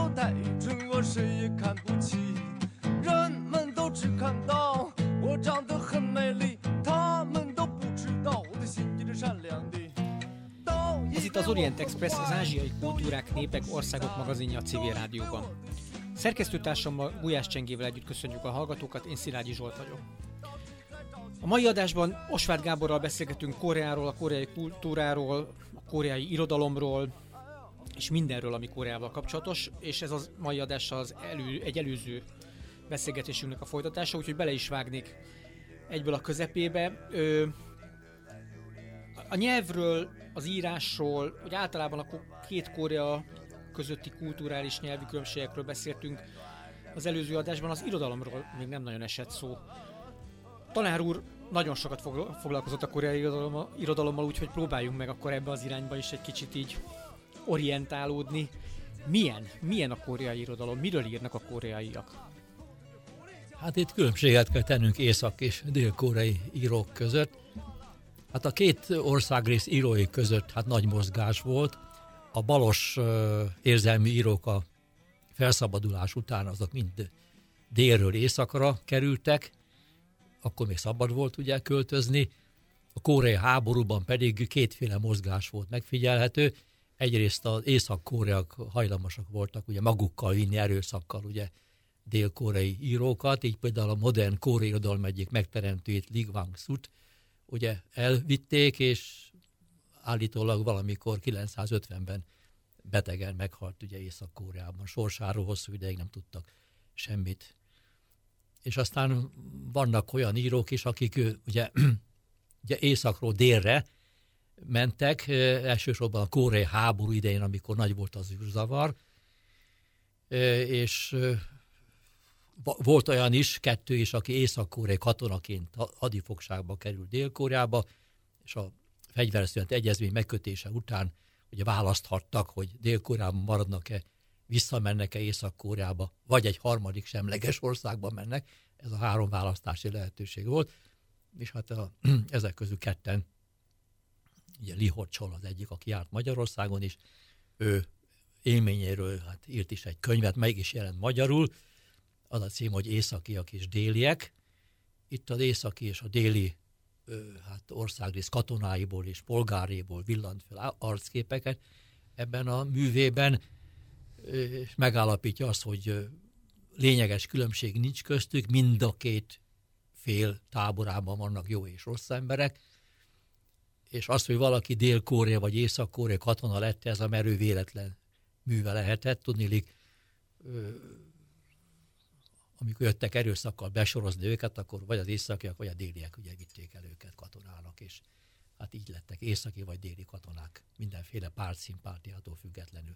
高太准，我谁也看不起。人们都只看到我长得很美丽，他们都不知道我的心地是善良的。 Ez itt az Orient Express, az ázsiai kultúrák, népek, országok magazinja a Civil Rádióban. Szerkesztőtársammal, Gulyás Csengével együtt köszönjük a hallgatókat, én Szilágyi Zsolt vagyok. A mai adásban Osváth Gáborral beszélgetünk Koreáról, a koreai kultúráról, a koreai irodalomról, és mindenről, ami Koreával kapcsolatos, és ez a mai adás egy előző beszélgetésünknek a folytatása, úgyhogy bele is vágnék egyből a közepébe. A nyelvről, az írásról, hogy általában a két Korea közötti kulturális nyelvi különbségekről beszéltünk az előző adásban, az irodalomról még nem nagyon esett szó. Tanár úr nagyon sokat foglalkozott a koreai irodalommal, úgyhogy próbáljunk meg akkor ebbe az irányba is egy kicsit így orientálódni. Milyen a koreai irodalom? Miről írnak a koreaiak? Hát itt különbséget kell tennünk észak- és dél-koreai írók között. Hát a két országrész írói között hát nagy mozgás volt. A balos érzelmi írók a felszabadulás után azok mind délről északra kerültek, akkor még szabad volt ugye költözni. A koreai háborúban pedig kétféle mozgás volt megfigyelhető. Egyrészt az észak-koreak hajlamosak voltak ugye magukkal vinni erőszakkal ugye dél-koreai írókat, így például a modern koreai irodalom egyik megteremtőjét, Lee Kwang-sut ugye elvitték, és állítólag valamikor 950-ben betegen meghalt ugye Észak-Koreában. Sorsáról hosszú ideig nem tudtak semmit. És aztán vannak olyan írók is, akik ugye északról délre mentek, elsősorban a koreai háború idején, amikor nagy volt az űrzavar, és volt olyan is, kettő is, aki észak-koreai katonaként hadifogságba került Dél-Koreába, és a fegyverszünet egyezmény megkötése után ugye választhattak, hogy Dél-Koreában maradnak-e, visszamennek-e Észak-Koreába, vagy egy harmadik semleges országba mennek. Ez a három választási lehetőség volt, és hát ezek közül ketten, ugye Lee Ho-chol az egyik, aki járt Magyarországon is, ő élményéről hát írt is egy könyvet, meg is jelent magyarul, az a cím, hogy Északiak és déliek. Itt az északi és a déli országrész katonáiból és polgáréból villant fel arcképeket ebben a művében, és megállapítja azt, hogy lényeges különbség nincs köztük, mind a két fél táborában vannak jó és rossz emberek, és az, hogy valaki Dél-Korea vagy Észak-Korea katona lett, ez a merő véletlen műve lehetett. Tudniillik, amikor jöttek erőszakkal besorozni őket, akkor vagy az északiak, vagy a déliek ugye vitték el őket katonának, és hát így lettek északi vagy déli katonák, mindenféle pártszimpátiától függetlenül.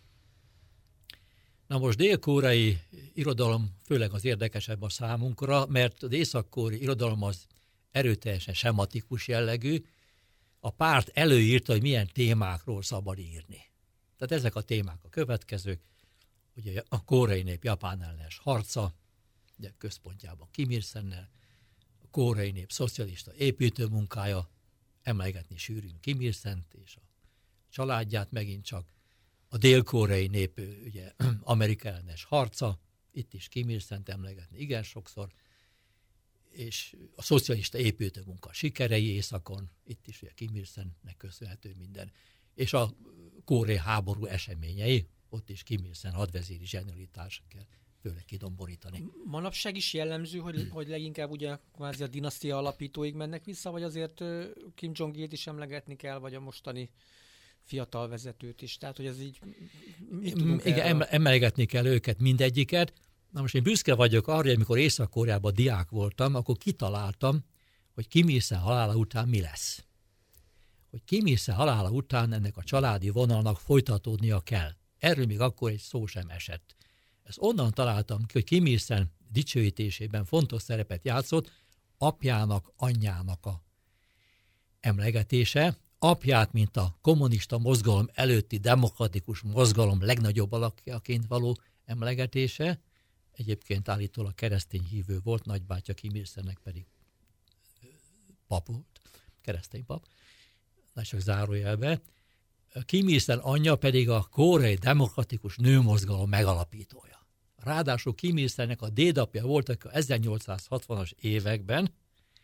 Na most dél-koreai irodalom főleg az érdekesebb a számunkra, mert az észak-koreai irodalom az erőteljesen sematikus jellegű. A párt előírta, hogy milyen témákról szabad írni. Tehát ezek a témák a következők, ugye a koreai nép Japán ellenes harca, ugye központjában Kim Il-sennel, a koreai nép szocialista építőmunkája, emlegetni sűrűn Kim Il-sent és a családját megint csak, a dél-koreai nép ugye Amerika ellenes harca, itt is Kim Il-sent emlegetni igen sokszor, és a szocialista építőmunka sikerei északon, itt is ugye Kim Il-sennek köszönhető minden, és a koreai háború eseményei, ott is Kim Il-sen hadvezéri zsenialitás kell főleg kidomborítani. Manapság is jellemző, hogy leginkább ugye kvázi a dinasztia alapítóig mennek vissza, vagy azért Kim Jong-ilt is emlegetni kell, vagy a mostani fiatal vezetőt is. Tehát, hogy ez így... Igen, emlegetni kell őket, mindegyiket. Na most én büszke vagyok arra, hogy amikor Észak-Koreában diák voltam, akkor kitaláltam, hogy Kim Il-sen halála után mi lesz. Hogy Kim Il-sen halála után ennek a családi vonalnak folytatódnia kell. Erről még akkor egy szó sem esett. Ezt onnan találtam ki, hogy Kim Il-sen dicsőítésében fontos szerepet játszott apjának, anyjának a emlegetése. Apját, mint a kommunista mozgalom előtti demokratikus mozgalom legnagyobb alakjaként való emlegetése. Egyébként állítólag keresztény hívő volt, nagybátyja Kim Il-sennek pedig pap volt, keresztény pap, csak zárójelbe. Kim Il-sen anyja pedig a koreai demokratikus nőmozgalom megalapítója. Ráadásul Kim Il-sennek a dédapja volt, aki a 1860-as években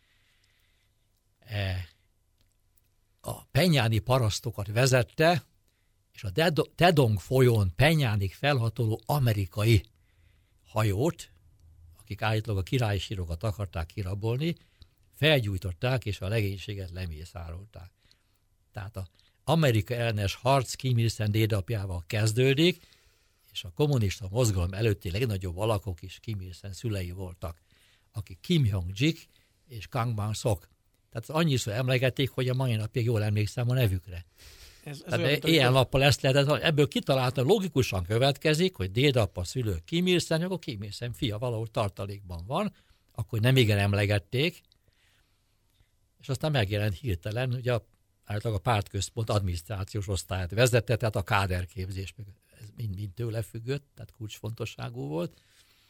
a penyáni parasztokat vezette, és a Tedong folyón Penyánig felhatoló amerikai hajót, akik állítólag a királyi sírokat akarták kirabolni, felgyújtották, és a legénységet lemészárolták. Tehát az Amerika ellenes harc Kim Il-sen dédapjával kezdődik, és a kommunista mozgalom előtti legnagyobb alakok is Kim Il-sen szülei voltak, akik Kim Jong-jik és Kang Bang-sok. Tehát annyiszor emlegették, hogy a mai napig jól emlékszem a nevükre. Ilyen nappal ezt lehetett, ebből kitaláltan logikusan következik, hogy dédapa szülő Kim Il-sen, akkor Kim Il-sen fia valahol tartalékban van, akkor nem igen emlegették, és aztán megjelent hirtelen, ugye általában a pártközpont adminisztrációs osztályát vezette, tehát a káderképzés, ez mind tőle függött, tehát kulcsfontosságú volt.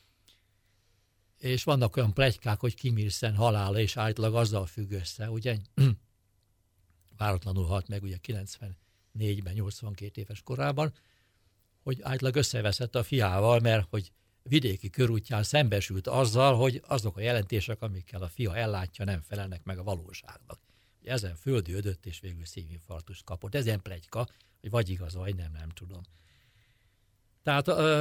És vannak olyan pletykák, hogy Kim Il-sen halála, és általában azzal függ össze, ugye váratlanul halt meg ugye 94-ben, 82 éves korában, hogy általában összeveszett a fiával, mert hogy vidéki körútján szembesült azzal, hogy azok a jelentések, amikkel a fia ellátja, nem felelnek meg a valóságnak. Ezen földődött, és végül szívinfarktust kapott. Ez ilyen pletyka, hogy vagy igaz, vagy nem tudom. Tehát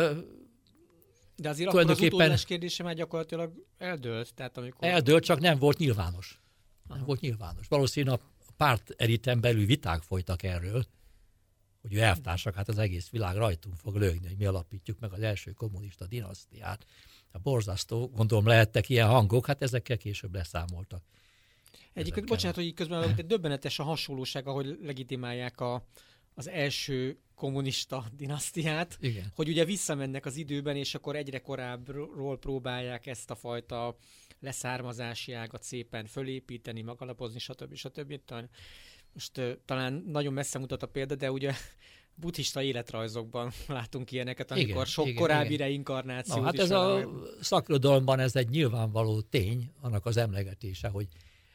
de azért akkor az utódlás kérdése már gyakorlatilag eldőlt. Tehát amikor... Eldőlt, csak nem volt nyilvános. Nem volt nyilvános. Valószínűleg a párt eliten belül viták folytak erről, hogy ő elvtársak, hát az egész világ rajtunk fog lőni, hogy mi alapítjuk meg az első kommunista dinasztiát. A borzasztó, gondolom lehettek ilyen hangok, hát ezekkel később leszámoltak. Egyébként, bocsánat, hogy így közben döbbenetes a hasonlóság, ahogy legitimálják az első kommunista dinasztiát, igen. Hogy ugye visszamennek az időben, és akkor egyre korábbról próbálják ezt a fajta leszármazási ágat szépen fölépíteni, megalapozni, stb. Most talán nagyon messze mutat a példa, de ugye buddhista életrajzokban látunk ilyeneket, amikor igen, sok korábbi reinkarnációt hát is. ez a szakirodalomban ez egy nyilvánvaló tény, annak az emlegetése, hogy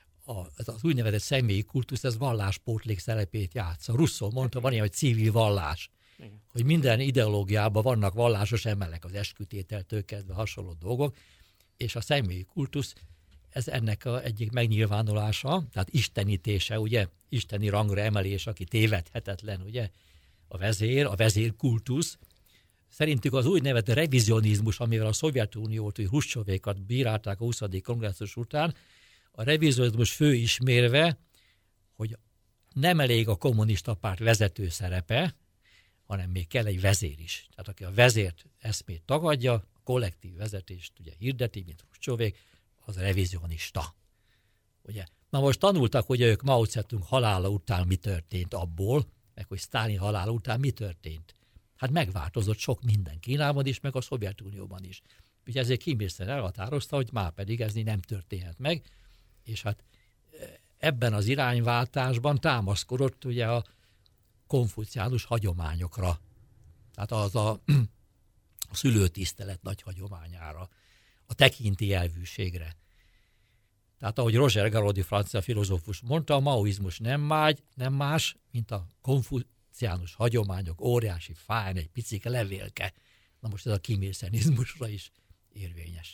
az úgynevezett személyi kultusz, ez valláspótlék szerepét játsza. Rousseau mondta, van ilyen, hogy civil vallás. Igen. Hogy minden ideológiában vannak vallásos emelek, az eskütételtől kezdve hasonló dolgok, és a személyi kultusz, ez ennek egyik megnyilvánulása, tehát istenítése, ugye, isteni rangra emelés, aki tévedhetetlen, ugye, a vezérkultusz. Szerintük az úgynevezett revizionizmus, amivel a Szovjetuniót, hogy Hruscsovékat bírálták a 20. kongresszus után, a revizionizmus fő ismérve, hogy nem elég a kommunista párt vezető szerepe, hanem még kell egy vezér is. Tehát aki a vezért eszmét tagadja, a kollektív vezetést ugye hirdeti, mint Hruscsovék, az revizionista. Ugye? Na most tanultak, hogy ők Mao Zedong halála után mi történt abból, meg hogy Sztálin halála után mi történt. Hát megváltozott sok minden Kínában is, meg a Szovjetunióban is. Ugye ezért Kim Il-sen elhatározta, hogy már pedig ez nem történhet meg, és hát ebben az irányváltásban támaszkodott ugye a konfuciánus hagyományokra. Tehát az a szülőtisztelet nagy hagyományára, a tekintélyelvűségre. Tehát ahogy Roger Garaudy francia filozófus mondta, a maoizmus nem más, mint a konfuciánus hagyományok óriási fájn, egy picike levélke. Na most ez a Kim Il-senizmusra is érvényes.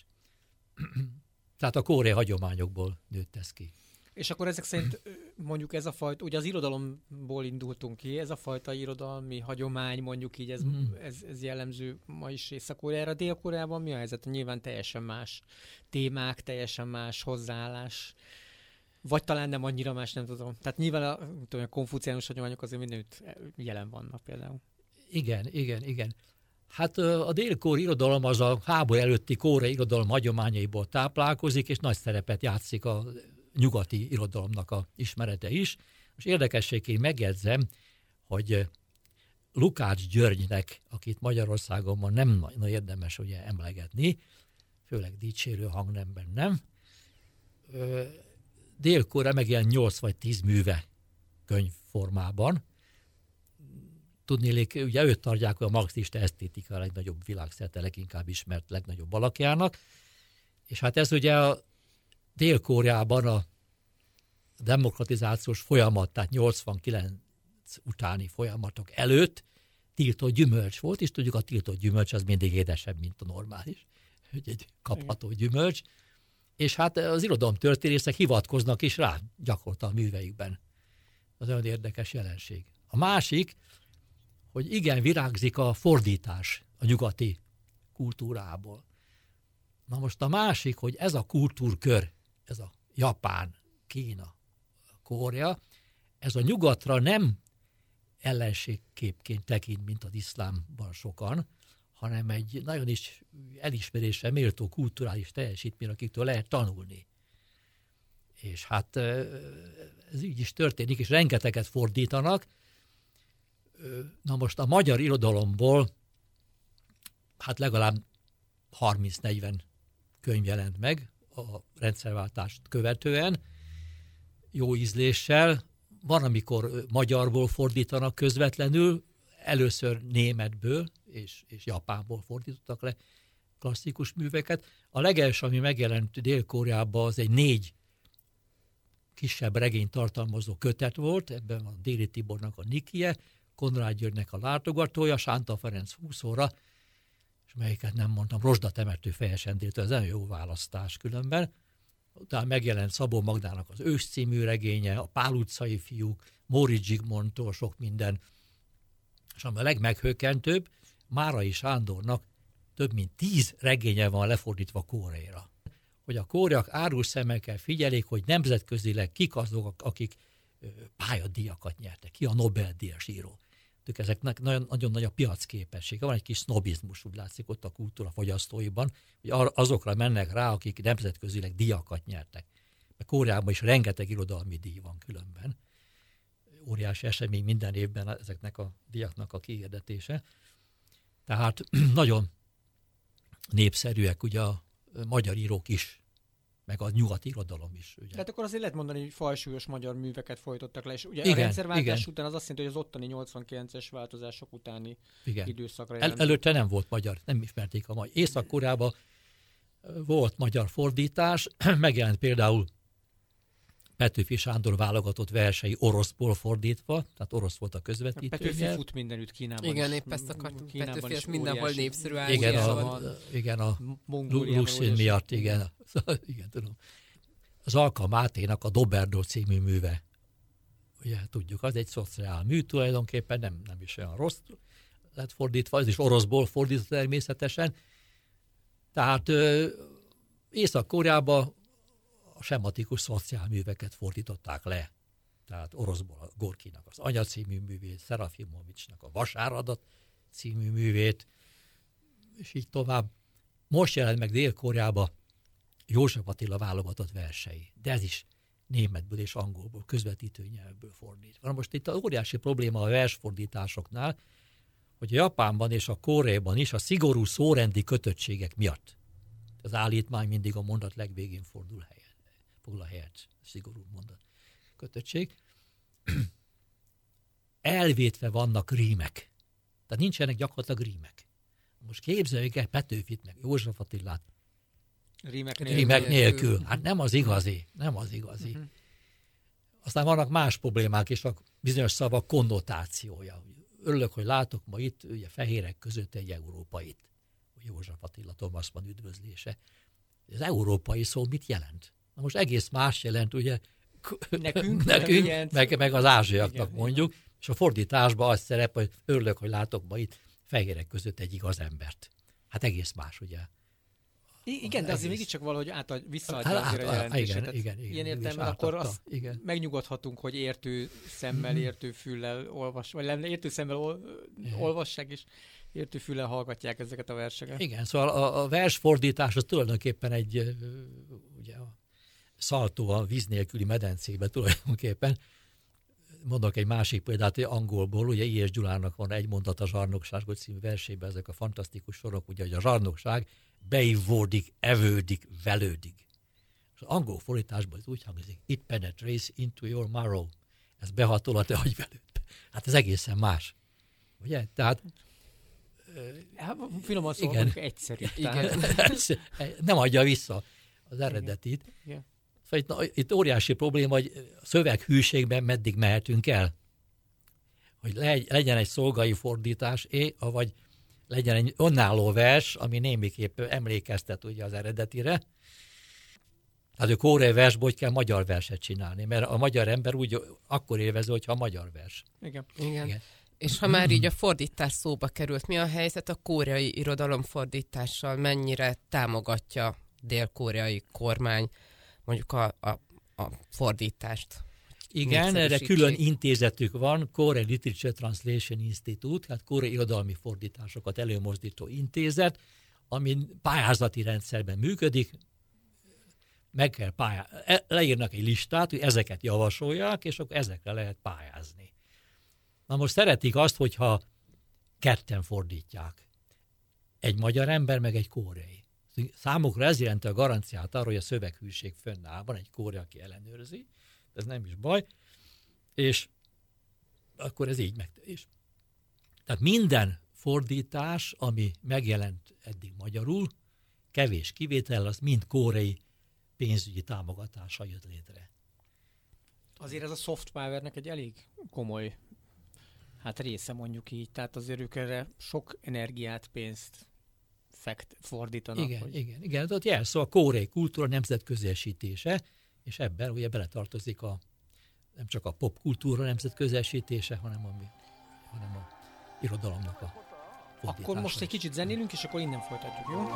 Tehát a koreai hagyományokból nőtt ez ki. És akkor ezek szerint mondjuk ez a fajta, ugye az irodalomból indultunk ki, ez a fajta irodalmi hagyomány, mondjuk így, ez jellemző ma is Észak-Koreára. Dél-Koreában mi a helyzet? Nyilván teljesen más témák, teljesen más hozzáállás, vagy talán nem annyira más, nem tudom. Tehát nyilván a konfuciánus hagyományok azért mindenütt jelen vannak például. Igen. Hát a dél-koreai irodalom az a háború előtti koreai irodalom hagyományaiból táplálkozik, és nagy szerepet játszik a nyugati irodalomnak a ismerete is. Most érdekességként megjegyzem, hogy Lukács Györgynek, akit Magyarországon ma nem nagyon érdemes ugye emlegetni, főleg dicsérő hangnemben nem, Dél-Korea megjelent 8 vagy 10 műve könyvformában. Tudnélék, ugye őt tartják a marxista esztétika a legnagyobb világszerte, leginkább ismert legnagyobb alakjának, és hát ez ugye a Dél-Koreában a demokratizációs folyamat, tehát 89 utáni folyamatok előtt tiltott gyümölcs volt, és tudjuk, a tiltott gyümölcs az mindig édesebb, mint a normális, hogy egy kapható gyümölcs. És hát az irodalomtörténészek hivatkoznak is rá gyakorlatilag a műveikben. Az olyan érdekes jelenség. A másik, hogy igen, virágzik a fordítás a nyugati kultúrából. Na most a másik, hogy ez a kultúrkör, ez a Japán, Kína, Korea, ez a nyugatra nem ellenségképként tekint, mint az iszlámban sokan, hanem egy nagyon is elismerésre méltó kulturális teljesítmény, akiktől lehet tanulni. És hát ez így is történik, és rengeteget fordítanak. Na most a magyar irodalomból hát legalább 30-40 könyv jelent meg a rendszerváltást követően, jó ízléssel. Van, amikor magyarból fordítanak közvetlenül, először németből és japánból fordítottak le klasszikus műveket. A legelső, ami megjelent Dél-Koreában, az egy 4 kisebb regényt tartalmazó kötet volt, ebben van Déri Tibornak a Nikie, Konrád Györgynek a Látogatója, Sánta Ferenc 20 óra, és melyiket nem mondtam, Rozsda temető Fejes Endrétől, ez nagyon jó választás különben. Utána megjelent Szabó Magdának az Ős című regénye, a Pál utcai fiúk, Móricz Zsigmondtól sok minden, és ami a legmeghökkentőbb, Márai Sándornak több mint 10 regénye van lefordítva koreaira. Hogy a koreaiak árus szemekkel figyelik, hogy nemzetközileg kik azok, akik pályadíjakat nyertek, ki a Nobel-díjas író. Ezeknek nagyon nagy a piacképessége, van egy kis sznobizmus, úgy látszik ott a kultúra fogyasztóiban, hogy azokra mennek rá, akik nemzetközileg díjakat nyertek. Mert Koreában is rengeteg irodalmi díj van különben. Óriási esemény minden évben ezeknek a díjaknak a kiirdetése. Tehát nagyon népszerűek ugye a magyar írók is, meg a nyugati irodalom is. Ugye. Tehát akkor azért lehet mondani, hogy fajsúlyos magyar műveket folytottak le, és ugye igen, a rendszerváltás igen. után az azt jelenti, hogy az ottani 89-es változások utáni igen. időszakra Előtte nem volt magyar, nem ismerték a magyar. Észak-Koreában volt magyar fordítás, megjelent például Petőfi Sándor válogatott versei oroszból fordítva, tehát orosz volt a közvetítője. Petőfi fut mindenütt Kínában. Igen, épp ezt akartam. Petőfi és mindenhol népszerű áll. Igen, a Luxin miatt, igen, tudom. Az Alka Máténak a Doberdó című műve. Ugye tudjuk, az egy szociál mű tulajdonképpen, nem is olyan rossz lett fordítva, ez is oroszból fordítva természetesen. Tehát Észak-Koreában a sematikus szociálműveket fordították le. Tehát oroszból a Gorkinak az Anya című művét, Szerafimovicsnak a Vasáradat című művét, és így tovább. Most jelent meg Dél-Koreába József Attila válogatott versei, de ez is németből és angolból, közvetítő nyelvből fordítva. Most itt az óriási probléma a versfordításoknál, hogy a Japánban és a Koreában is a szigorú szórendi kötöttségek miatt az állítmány mindig a mondat legvégén foglal helyet, szigorú mondat kötöttség. Elvétve vannak rímek. Tehát nincsenek gyakorlatilag rímek. Most képzeljük el Petőfit meg József Attilát rímek nélkül. Hát nem az igazi. Uh-huh. Aztán vannak más problémák is, a bizonyos szavak konnotációja. Örülök, hogy látok ma itt ugye fehérek között egy európait. József Attila Thomas Mann üdvözlése. Az európai szó mit jelent? Na most egész más jelent, ugye, nekünk meg az ázsiaknak mondjuk, és a fordításban az szerep, hogy örülök, hogy látok ma itt fehérek között egy igaz embert. Hát egész más, ugye. Igen, de azért mégiscsak valahogy visszaadja azért a jelentését. Igen, ilyen értelemben akkor azt megnyugodhatunk, hogy értő szemmel, értő füllel értő szemmel olvassák, és értő füllel hallgatják ezeket a verseket. Igen, szóval a versfordítás az tulajdonképpen egy ugye a szaltó a víz nélküli medencébe tulajdonképpen. Mondok egy másik példát, hogy angolból, ugye I.S. Gyulának van egy mondat a Zsarnokság című versében, ezek a fantasztikus sorok, ugye, hogy a zsarnokság beivódik, evődik, velődik. És az angol fordításban ez úgy hangzik, it penetrates into your marrow. Ez behatol a te agyvelődbe. Hát ez egészen más. Ugye? Tehát finoman szólva egyszerű. Igen. Nem adja vissza az eredetit. Igen. Szóval itt óriási probléma, hogy a szöveghűségben meddig mehetünk el. hogy legyen egy szolgai fordítás, vagy legyen egy önálló vers, ami némiképp emlékeztet ugye az eredetire. Tehát a koreai versból kell magyar verset csinálni, mert a magyar ember úgy akkor élvező, hogyha a magyar vers. Igen. És ha már így a fordítás szóba került, mi a helyzet a koreai irodalomfordítással? Mennyire támogatja dél-koreai kormány mondjuk a fordítást? Igen, erre külön intézetük van, Korean Literature Translation Institute, tehát koreai irodalmi fordításokat előmozdító intézet, ami pályázati rendszerben működik, meg kell leírnak egy listát, hogy ezeket javasolják, és akkor ezekre lehet pályázni. Na most szeretik azt, hogyha ketten fordítják. Egy magyar ember, meg egy koreai. Számukra ez jelenti a garanciát arra, hogy a szöveghűség fönnáll. Van egy koreai, aki ellenőrzi, ez nem is baj, és akkor ez így megtörés. Tehát minden fordítás, ami megjelent eddig magyarul, kevés kivétel, az mind koreai pénzügyi támogatása jött létre. Azért ez a soft powernek egy elég komoly része, mondjuk így. Tehát azért ők erre sok energiát, pénzt fordítanak. Igen. Tehát jelszó a koreai kultúra nemzetközisítése, és ebben ugye beletartozik nem csak a popkultúra nemzetközisítése, hanem a irodalomnak a fordítása. Akkor most egy kicsit zenélünk, és akkor innen folytatjuk, jó?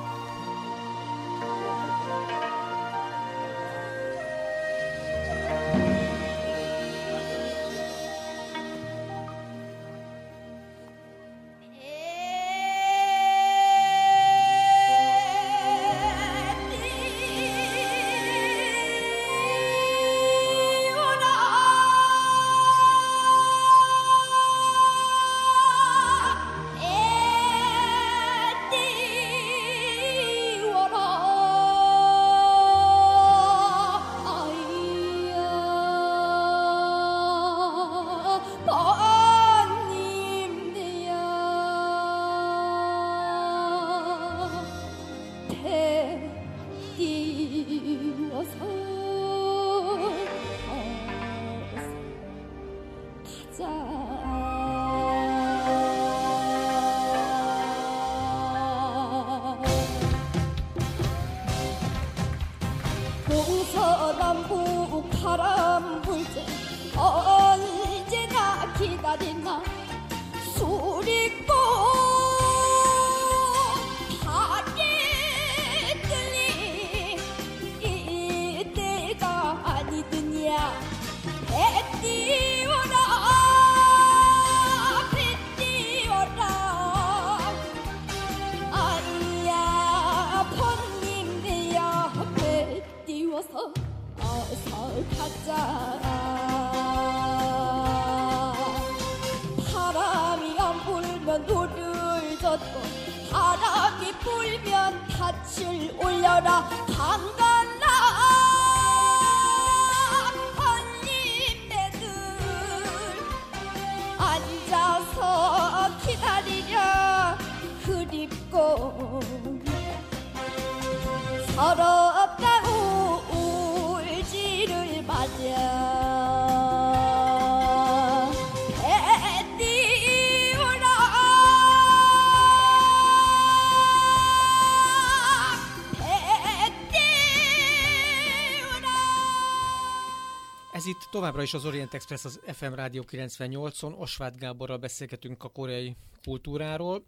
Ez itt továbbra is az Orient Express, az FM Rádió 98-on. Osváth Gáborral beszélgetünk a koreai kultúráról.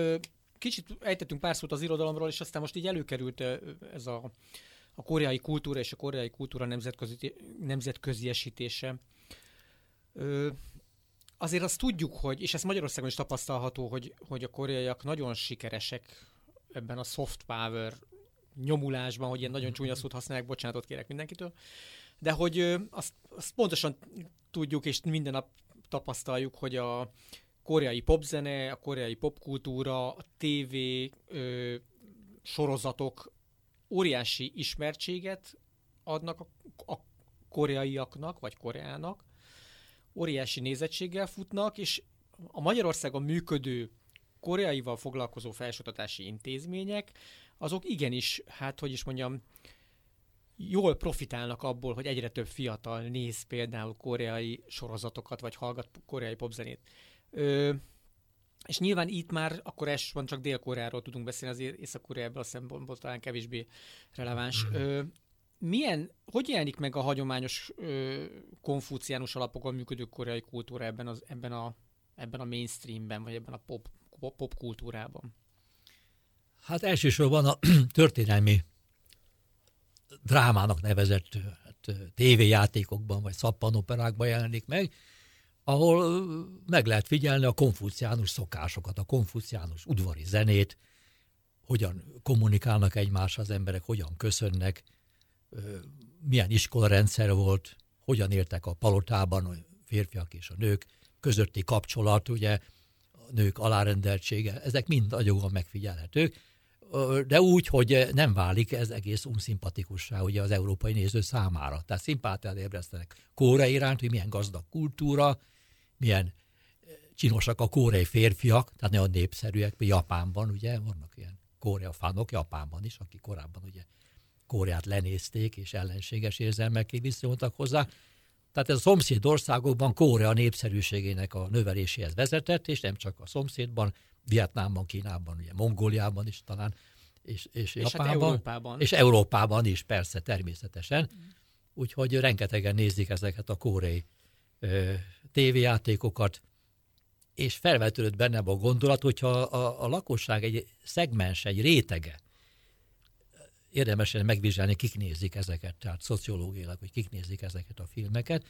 Kicsit ejtettünk pár szót az irodalomról, és aztán most így előkerült ez a koreai kultúra és a koreai kultúra nemzetköziesítése. Azért azt tudjuk, és ez Magyarországon is tapasztalható, hogy a koreaiak nagyon sikeresek ebben a soft power nyomulásban, hogy ilyen nagyon csúnya szót használják, bocsánatot kérek mindenkitől, de hogy azt pontosan tudjuk, és minden nap tapasztaljuk, hogy a koreai popzene, a koreai popkultúra, a TV sorozatok óriási ismertséget adnak a koreaiaknak, vagy Koreának, óriási nézettséggel futnak, és a Magyarországon működő koreaival foglalkozó felsőoktatási intézmények, azok igenis, jól profitálnak abból, hogy egyre több fiatal néz például koreai sorozatokat, vagy hallgat koreai popzenét. És nyilván itt már akkor elsősorban csak Dél-Koreáról tudunk beszélni, azért Észak-Korea ebből a szempontból talán kevésbé releváns. Hogy jelenik meg a hagyományos konfuciánus alapokon működő koreai kultúra ebben a mainstreamben, vagy ebben a pop kultúrában? Hát elsősorban a történelmi drámának nevezett tévéjátékokban, vagy szappanoperákban jelenik meg, ahol meg lehet figyelni a konfuciánus szokásokat, a konfuciánus udvari zenét, hogyan kommunikálnak egymással az emberek, hogyan köszönnek, milyen iskolarendszer volt, hogyan éltek a palotában a férfiak és a nők közötti kapcsolat, ugye a nők alárendeltsége, ezek mind nagyon megfigyelhetők, de úgy, hogy nem válik ez egész unszimpatikussá ugye az európai néző számára. Tehát szimpátiát ébresztenek Korea iránt, hogy milyen gazdag kultúra, milyen csinosak a koreai férfiak, tehát nagyon népszerűek, Japánban ugye vannak ilyen Korea fánok, Japánban is, akik korábban ugye Koreát lenézték, és ellenséges érzelmekkel viszonyultak hozzá. Tehát ez a szomszéd országokban Korea népszerűségének a növeléséhez vezetett, és nem csak a szomszédban, Vietnámban, Kínában, ugye Mongóliában is talán, és Japánban, hát Európában. És Európában is persze, természetesen. Úgyhogy rengetegen nézik ezeket a koreai tévéjátékokat, és felvetődött bennem a gondolat, hogyha a lakosság egy szegmens, egy rétege, érdemesen megvizsgálni, kik nézik ezeket, tehát szociológiailag, hogy kik nézik ezeket a filmeket,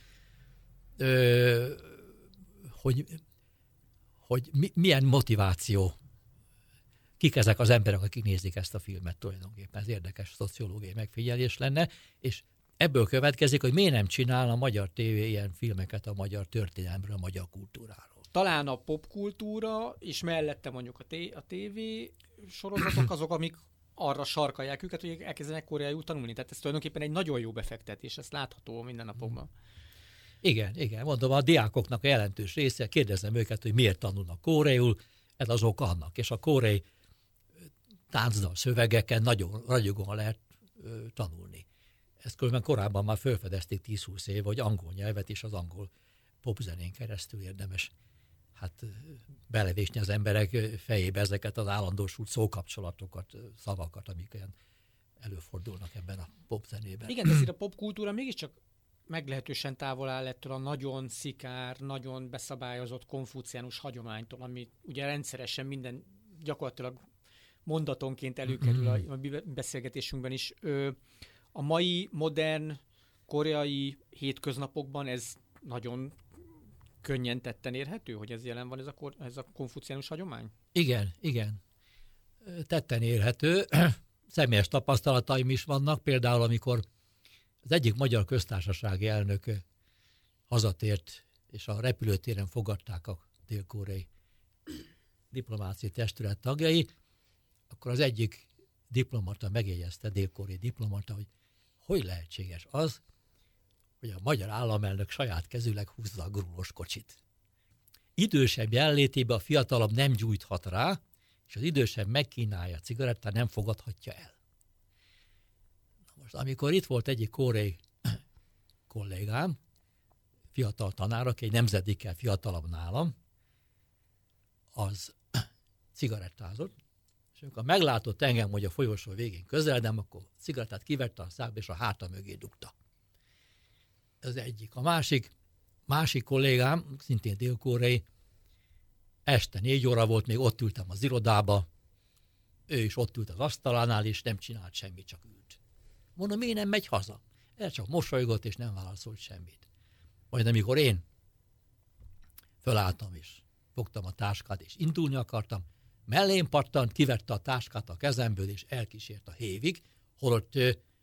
hogy milyen motiváció, kik ezek az emberek, akik nézik ezt a filmet tulajdonképpen. Ez érdekes szociológiai megfigyelés lenne, és ebből következik, hogy miért nem csinál a magyar tévé ilyen filmeket a magyar történelemről, a magyar kultúráról. Talán a popkultúra, és mellette mondjuk a tévé sorozatok azok, amik arra sarkalják őket, hogy elkezdenek koreaiul tanulni. Tehát ez tulajdonképpen egy nagyon jó befektetés, ez látható mindennapokban. Igen, mondom, a diákoknak a jelentős része, kérdezem őket, hogy miért tanulnak koreaiul, ez az oka annak. És a koreai táncdal szövegeken nagyon ragyogóan lehet tanulni. Ezt különben korábban már felfedezték 10-20 év, hogy angol nyelvet is az angol popzenén keresztül érdemes belevésni az emberek fejébe ezeket az állandósult szókapcsolatokat, szavakat, amik olyan előfordulnak ebben a popzenében. Igen, de azért a popkultúra mégiscsak meglehetősen távol áll ettől a nagyon szikár, nagyon beszabályozott konfuciánus hagyománytól, ami ugye rendszeresen minden gyakorlatilag mondatonként előkerül a beszélgetésünkben is. A mai modern koreai hétköznapokban ez nagyon könnyen tetten érhető, hogy ez jelen van ez a konfuciánus hagyomány? Igen. Tetten érhető. Személyes tapasztalataim is vannak, például amikor az egyik magyar köztársasági elnök hazatért, és a repülőtéren fogadták a dél-koreai diplomáciai testület tagjai, akkor az egyik diplomata megjegyezte, dél-koreai diplomata, hogy lehetséges az, hogy a magyar államelnök saját kezűleg húzza a grúlos kocsit. Idősebb jelenlétében a fiatalabb nem gyújthat rá, és az idősebb megkínálja a cigarettát, nem fogadhatja el. Na most, amikor itt volt egyik koreai kollégám, fiatal tanár, aki egy nemzedékkel fiatalabb nálam, az cigarettázott, és amikor meglátott engem, hogy a folyosó végén közeledem, akkor a cigarettát kivette a szákba, és a háta mögé dugta. Ez egyik. A másik kollégám, szintén dél-koreai, este 4 óra volt, még ott ültem az irodába, ő is ott ült az asztalánál, és nem csinált semmit, csak ült. Mondom, miért nem megy haza? Ez csak mosolygott, és nem válaszolt semmit. Majd amikor én fölálltam, és fogtam a táskát, és indulni akartam, mellém pattant, kivette a táskát a kezemből, és elkísért a hévig, holott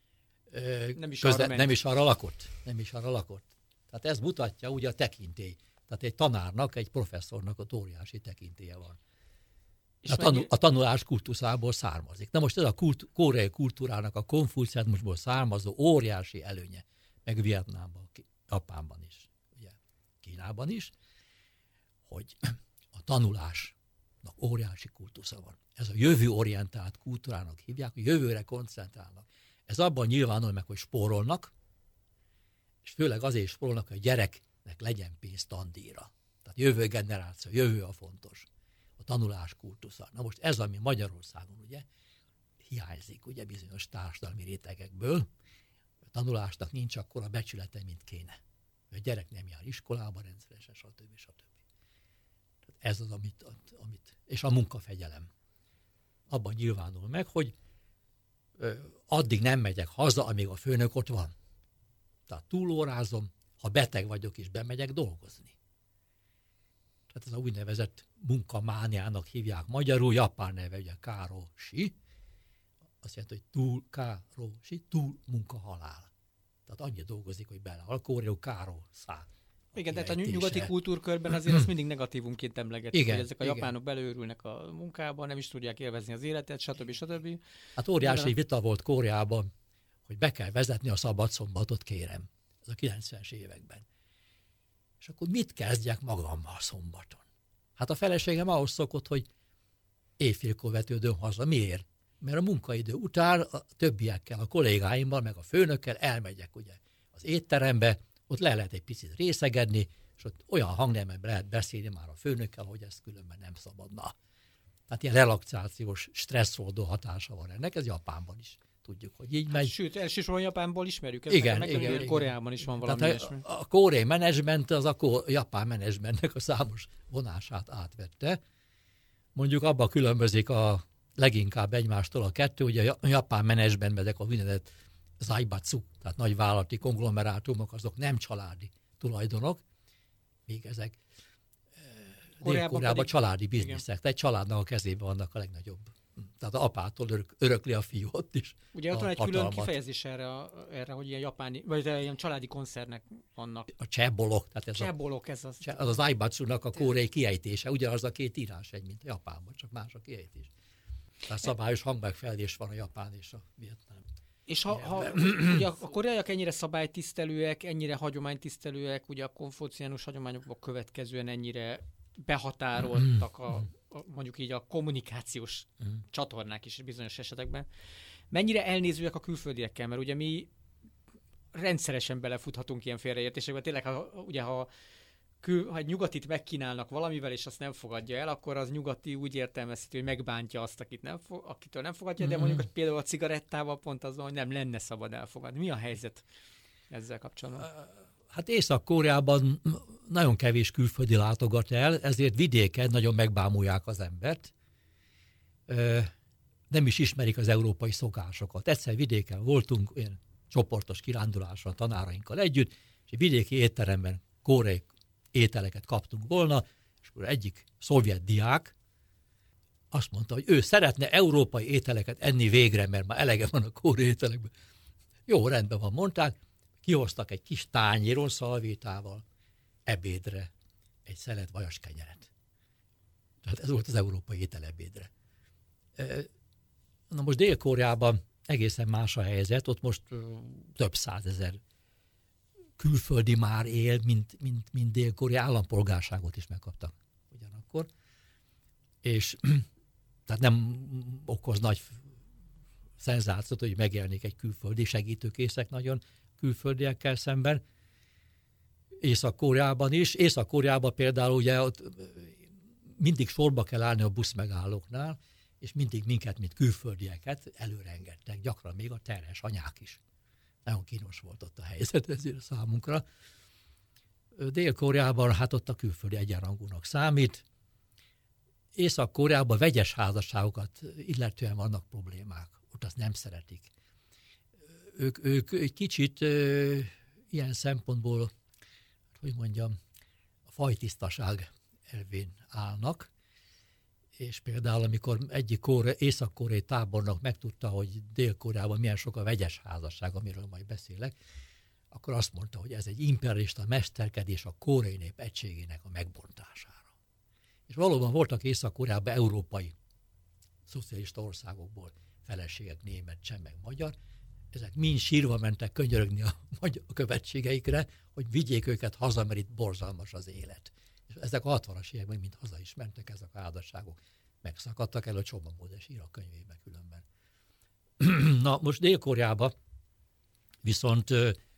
nem is arra lakott. Tehát ez mutatja ugye a tekintély. Tehát egy tanárnak, egy professzornak ott óriási tekintélye van. A tanulás kultuszából származik. Na most ez a koreai kultúrának a konfuciánusból származó óriási előnye, meg Vietnámban, Japánban is, ugye, Kínában is, hogy a tanulásnak óriási kultusza van. Ez a jövőorientált kultúrának hívják, hogy jövőre koncentrálnak. Ez abban nyilvánul meg, hogy spórolnak, és főleg azért spórolnak, hogy a gyereknek legyen pénz tandíjra. Tehát jövő generáció, jövő a fontos. A tanulás kultusza. Na most ez, ami Magyarországon ugye hiányzik ugye bizonyos társadalmi rétegekből, a tanulásnak nincs akkor a becsülete, mint kéne. A gyerek nem jár iskolába rendszeresen, stb. Tehát ez az, amit, és a munkafegyelem. Abban nyilvánul meg, hogy addig nem megyek haza, amíg a főnök ott van. Tehát túlórázom, ha beteg vagyok is, bemegyek dolgozni. Tehát ez a úgynevezett munkamániának hívják magyarul, japán neve ugye károsi, azt jelenti, hogy túl munkahalál. Tehát annyi dolgozik, hogy belehal, kóró károszá. Igen, tehát a nyugati kultúrkörben azért ezt mindig negatívumként emlegetik, hogy ezek a japánok belőrülnek a munkába, nem is tudják élvezni az életet, stb. Hát óriási vita volt Koreában, hogy be kell vezetni a szabadszombatot, kérem. Ez a 90-es években. És akkor mit kezdjek magammal szombaton? Hát a feleségem ahhoz szokott, hogy éjfélkor vetődöm haza. Miért? Mert a munkaidő után a többiekkel, a kollégáimmal, meg a főnökkel elmegyek ugye az étterembe, ott le lehet egy picit részegedni, és ott olyan hangnemben lehet beszélni már a főnökkel, hogy ez különben nem szabadna. Tehát ilyen relaxációs, stresszoldó hatása van ennek, ez Japánban is tudjuk, hogy így megy. Sőt, elsősorban Japánból ismerjük ezt, igen. Koreában is van valami ilyesmi. A koreai menedzsment az a japán menedzsmentnek a számos vonását átvette. Mondjuk abban különbözik a leginkább egymástól a kettő, ugye a japán menedzsmentben ezek a úgynevezett zaibatsu, tehát nagy vállalati konglomerátumok, azok nem családi tulajdonok, még ezek Dél-Koreában családi bizniszek, tehát családnak a kezében vannak a legnagyobb. Tehát az apától örökli a fiú ott is. Ugye ott van egy külön kifejezés erre, hogy ilyen japáni, vagy ilyen családi koncernek vannak. A csebolok. Tehát az zaibatsunak a koreai kiejtése, ugyanaz a két írásjegy, mint a Japánban, csak más a kiejtés. Tehát szabályos hangmegfelelés van a japán és a vietnám. És ha ugye a koreaiak ennyire szabálytisztelőek, ennyire hagyománytisztelőek, ugye a konfuciánus hagyományokból következően ennyire behatároltak mondjuk így a kommunikációs csatornák is bizonyos esetekben. Mennyire elnézőek a külföldiekkel, mert ugye mi rendszeresen belefuthatunk ilyen félreértésekbe. Tényleg, ha egy nyugatit megkínálnak valamivel, és azt nem fogadja el, akkor az nyugati úgy értelmezhető, hogy megbántja azt, akitől nem fogadja, de mondjuk hogy például a cigarettával pont az van, hogy nem lenne szabad elfogadni. Mi a helyzet ezzel kapcsolatban? Hát Észak-Koreában nagyon kevés külföldi látogat el, ezért vidéken nagyon megbámulják az embert. Nem is ismerik az európai szokásokat. Egyszer vidéken voltunk, olyan csoportos kiránduláson a tanárainkkal együtt, és egy vidéki étteremben koreai ételeket kaptunk volna, és akkor egyik szovjet diák azt mondta, hogy ő szeretne európai ételeket enni végre, mert már elege van a koreai ételekben. Jó, rendben van, mondták, kihoztak egy kis tányéron szalvétával ebédre egy szelet vajas kenyeret. Tehát ez volt az európai étel ebédre. Na most Dél-Koreában egészen más a helyzet, ott most több százezer külföldi már él, mint Dél-Korea, állampolgárságot is megkaptak ugyanakkor. És tehát nem okoz nagy szenzációt, hogy megjelenik egy külföldi, segítőkészek nagyon külföldiekkel szemben. Észak-Koreában is. Észak-Koreában például ugye ott mindig sorba kell állni a buszmegállóknál, és mindig minket, mint külföldieket előre engedtek, gyakran még a terhes anyák is. Nagyon kínos volt ott a helyzet ezért számunkra. Dél-Koreában hát ott a külföldi egyenrangúnak számít. Észak-Koreában vegyes házasságokat illetően vannak problémák. Ott azt nem szeretik. Ők egy kicsit ilyen szempontból, hogy mondjam, a fajtisztaság elvén állnak, és például amikor egyik észak-koreai tábornok megtudta, hogy Dél-Koreában milyen sok a vegyes házasság, amiről majd beszélek, akkor azt mondta, hogy ez egy imperialista mesterkedés a koreai nép egységének a megbontására. És valóban voltak Észak-Koreában európai szocialista országokból feleségek, német, cseh, meg magyar, ezek mind sírva mentek könyörögni a követségeikre, hogy vigyék őket haza, mert itt borzalmas az élet. És ezek a 60-as években mind haza is mentek ezek a házasságok. Megszakadtak el, a Csomagoldas ír a könyvében különben. Na, most Dél-Koreában viszont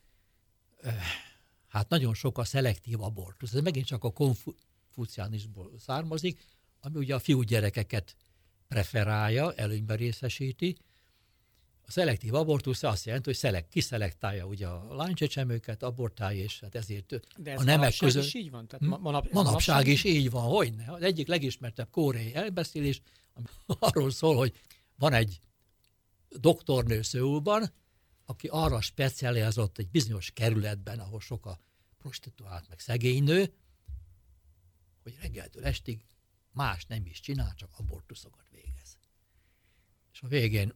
hát nagyon sok a szelektív abortusz. Ez megint csak a konfuciánizmusból származik, ami ugye a fiúgyerekeket preferálja, előnyben részesíti. A szelektív abortusz azt jelenti, hogy kiszelektálja ugye a lánycsecsemőket, abortálja, és hát ezért de ez a nemek között... is így van? Tehát manapság is így van, hogyne. Az egyik legismertebb koreai elbeszélés ami arról szól, hogy van egy doktornő Szöulban, aki arra specializált egy bizonyos kerületben, ahol sok a prostituált, meg szegény nő, hogy reggeltől estig más nem is csinál, csak abortuszokat végez. És a végén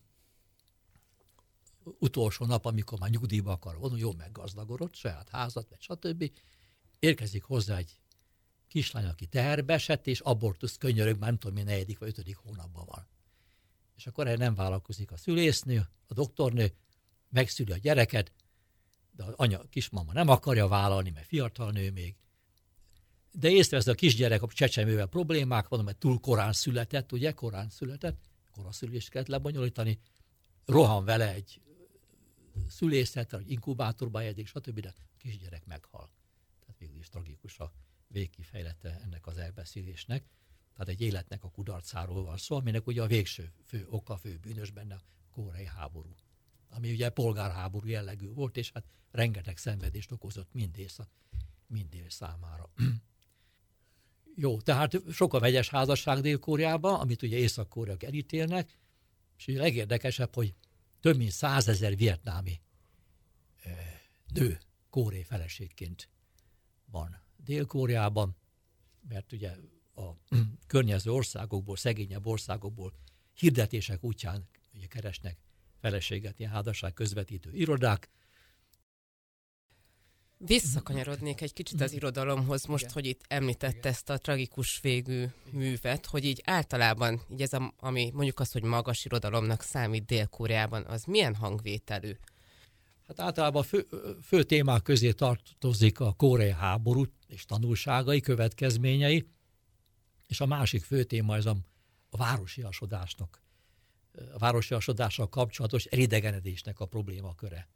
utolsó nap, amikor már nyugdíjba akar vonulni, jól meggazdagodott, saját házat, vagy stb. Érkezik hozzá egy kislány, aki teherbe esett, és abortusz könyörög, már nem tudom, mi 4. vagy 5. hónapban van. És akkor erre nem vállalkozik a szülésznő, a doktornő, megszüli a gyereket, de az kismama nem akarja vállalni, mert fiatal nő még. De észrevesz a kisgyerek a csecsemővel problémák van, mert túl korán született, ugye, koraszülést kellett lebonyolítani, rohan vele egy szülészetre, egy inkubátorba helyezik, stb., de a kisgyerek meghal. Tehát végül is tragikus a végkifejlete ennek az elbeszélésnek. Tehát egy életnek a kudarcáról van szó, aminek ugye a végső fő oka, fő bűnös benne a koreai háború. Ami ugye polgárháború jellegű volt, és hát rengeteg szenvedést okozott mind dél számára. Jó, tehát sok a vegyes házasság Dél-Koreában, amit ugye Észak-Koreak elítélnek, és ugye a legérdekesebb, hogy több mint 100 000 vietnámi nő kóré feleségként van Dél-Koreában, mert ugye a környező országokból, szegényebb országokból hirdetések útján ugye keresnek feleséget, ilyen házasság közvetítő irodák. Visszakanyarodnék egy kicsit az irodalomhoz most, hogy itt említette ezt a tragikus végű művet, hogy így általában, így ez ami mondjuk az, hogy magas irodalomnak számít Dél-Koreában, az milyen hangvételű? Hát általában fő témák közé tartozik a koreai háború és tanulságai, következményei, és a másik fő téma ez a városiasodásnak, a városiasodással kapcsolatos elidegenedésnek a problémaköre,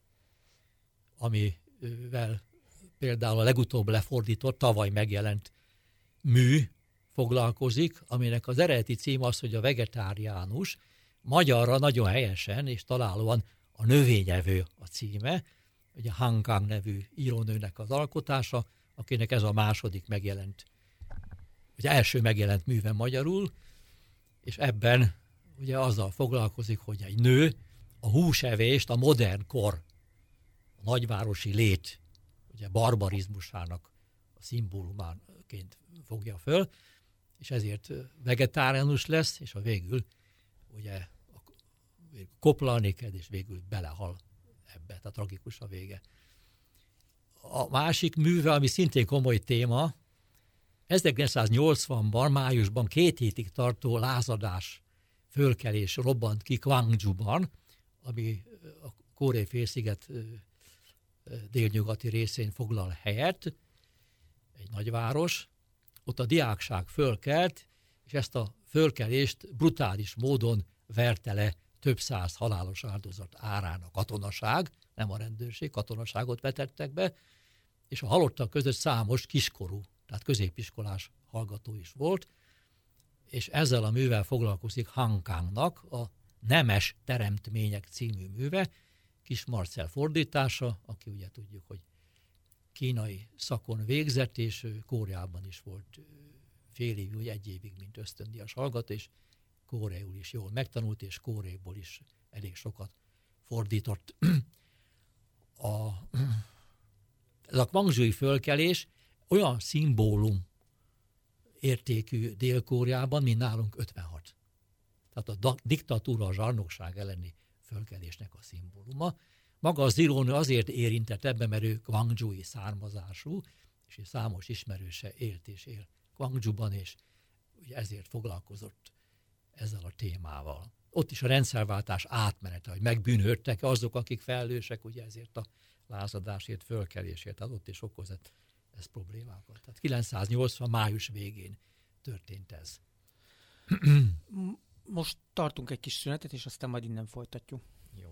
amivel például a legutóbb lefordított, tavaly megjelent mű foglalkozik, aminek az eredeti cím az, hogy a vegetáriánus, magyarra nagyon helyesen és találóan a növényevő a címe, ugye Han Kang nevű írónőnek az alkotása, akinek ez a második megjelent, ugye első megjelent műve magyarul, és ebben ugye azzal foglalkozik, hogy egy nő a húsevést a modern kor, a nagyvárosi lét, ugye barbarizmusának a szimbólumáként fogja föl, és ezért vegetáriánus lesz, és a végül ugye koplalni kell, és végül belehal ebbe, tehát tragikus a vége. A másik műve, ami szintén komoly téma, 1980-ban, májusban 2 hétig tartó lázadás, fölkelés robbant ki Gwangju-ban, ami a Koreai félsziget délnyugati részén foglal helyet, egy nagyváros. Ott a diákság fölkelt, és ezt a fölkelést brutális módon verte le több száz halálos áldozat árán a katonaság, nem a rendőrség, katonaságot vetettek be, és a halottak között számos kiskorú, tehát középiskolás hallgató is volt, és ezzel a művel foglalkozik Han Kangnak a Nemes teremtmények című műve, Kis Marcell fordítása, aki ugye tudjuk, hogy kínai szakon végzett, és Koreában is volt fél évig, vagy 1 évig, mint ösztöndíjas hallgató, és koreaiul is jól megtanult, és Koreából is elég sokat fordított. Ez a Gwangju-i fölkelés olyan szimbólum értékű Dél-Koreában, mint nálunk 56. Tehát a diktatúra, a zsarnokság elleni fölkelésnek a szimbóluma. Maga az írónő azért érintett ebben, mert ő Gwangju-i származású, és számos ismerőse élt és él Gwangju-ban, és ugye ezért foglalkozott ezzel a témával. Ott is a rendszerváltás átmenete, hogy megbűnhődtek azok, akik felelősek ugye ezért a lázadásért, fölkelésért, tehát ott is okozott ez problémákat. Tehát 980 május végén történt ez. Most tartunk egy kis szünetet, és aztán majd innen folytatjuk. Jó.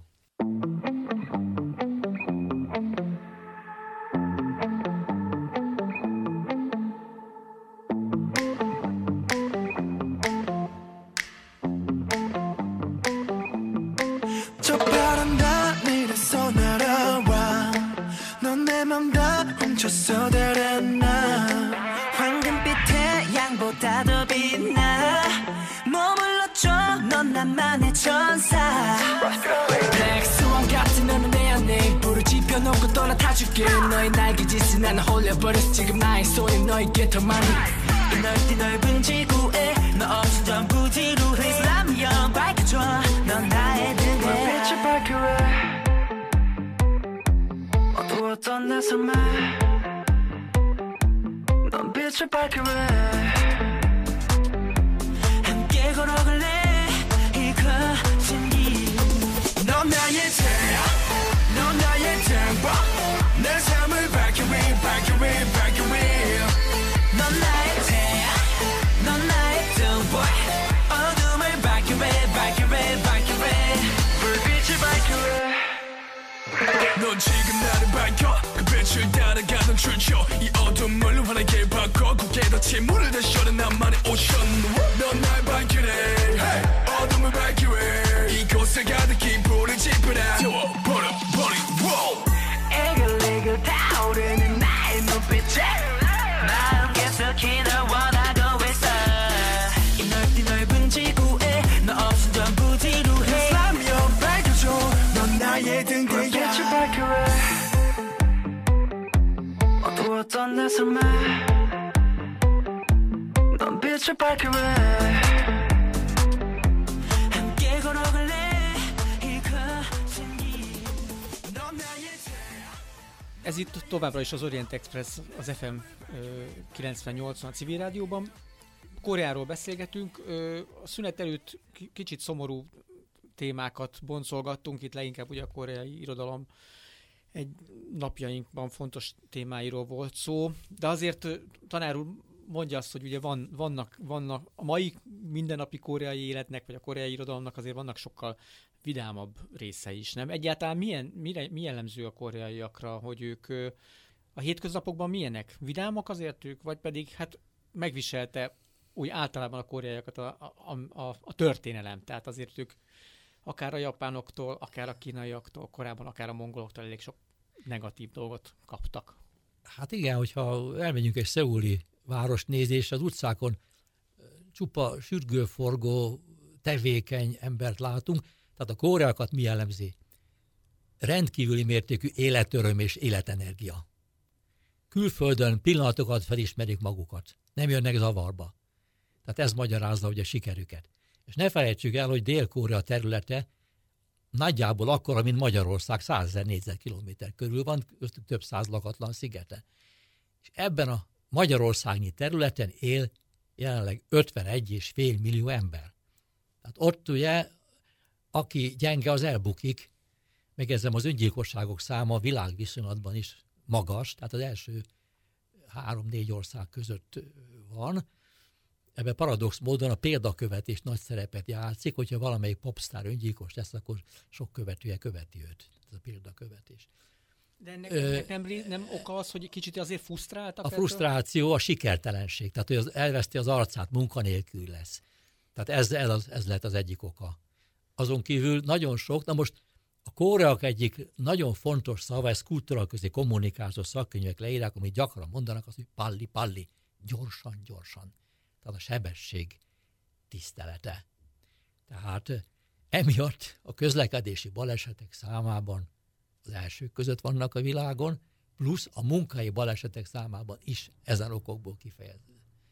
저 바람 하늘에서 날아와 넌 내 맘 다 훔쳤어 달아나 황금빛 태양보다 더 빛나 머물러줘 넌 나만의 천사 백수왕 같은 너는 내 안에 불을 지펴놓고 떠나 타줄게 너의 날개짓에 나는 홀려버렸어 지금 나의 손이 너에게 더 많이 이 넓디 넓은 지구에 너 없이 전부 지루해 슬라미형 밝혀줘 넌 나의 등에 빛을 밝혀해 어두웠던 내 삶에 넌 빛을 밝혀해 함께 걸어갈래 이 거친 길 넌 나의 태양 넌 나의 등불 내 삶을 밝혀해 밝혀해 밝혀해 넌 나의 태양 넌 나의 등불 어둠을 밝혀해 밝혀해 밝혀해 불빛을 밝혀해 넌 지금 나를 밝혀 그 빛을 따라가던 출처 이 어둠을 환하게 바꿔 고개 닫힌 물을 다셔라 나만의 오션 넌 날 밝히네 hey. 어둠을 밝히네 이곳에 가득히 불을 지펴라 태워버려 에글에글 타오르는 나의 눈빛에 마음 계속히 널 원하고 있어 이 넓디 넓은 지구에 너 없인 전부 지루해 슬라미어 밝혀줘 넌 나의 등대야 빛을 밝혀해 어두웠던 내 삶에 넌 빛을 밝혀해 함께 걸어갈래 이 거친 길넌 나의 Ez itt továbbra is az Orient Express, az FM 98 a civil rádióban. Koreáról beszélgetünk. A szünet előtt kicsit szomorú témákat boncolgattunk, itt leginkább ugye a koreai irodalom egy napjainkban fontos témáiról volt szó, de azért tanár úr mondja azt, hogy ugye vannak a mai mindennapi koreai életnek, vagy a koreai irodalomnak azért vannak sokkal vidámabb része is, nem? Egyáltalán mi jellemző a koreaiakra, hogy ők a hétköznapokban milyenek? Vidámak azért ők, vagy pedig hát megviselte úgy általában a koreaiakat a történelem, tehát azért ők akár a japánoktól, akár a kínaiaktól, korábban akár a mongoloktól elég sok negatív dolgot kaptak. Hát igen, hogyha elmegyünk egy szeuli városnézésre, az utcákon csupa sürgőforgó, tevékeny embert látunk, tehát a koreaiakat mi jellemzi? Rendkívüli mértékű életöröm és életenergia. Külföldön pillanatokat felismerik magukat, nem jönnek zavarba. Tehát ez magyarázza ugye a sikerüket. És ne felejtsük el, hogy Dél-Korea területe nagyjából akkora, mint Magyarország, 100 000 négyzetkilométer körül van, köztük több száz lakatlan szigete. És ebben a magyarországnyi területen él jelenleg 51,5 millió ember. Tehát ott ugye, aki gyenge, az elbukik, megjegyzem, az öngyilkosságok száma világviszonylatban is magas, tehát az első 3-4 ország között van. Ebben paradox módon a példakövetés nagy szerepet játszik, hogyha valamelyik popstar öngyilkos lesz, akkor sok követője követi őt. Ez a példakövetés. De ennek nem oka az, hogy kicsit azért frusztráltak? A frusztráció, a sikertelenség, tehát hogy elveszti az arcát, munkanélkül lesz. Tehát ez lett az egyik oka. Azon kívül nagyon sok, na most a koreaiak egyik nagyon fontos szava, ez kultúraközi kommunikációs szakkönyvek leírják, amit gyakran mondanak, az, hogy palli, gyorsan. Tehát a sebesség tisztelete. Tehát emiatt a közlekedési balesetek számában az elsők között vannak a világon, plusz a munkai balesetek számában is ezen okokból kifejező.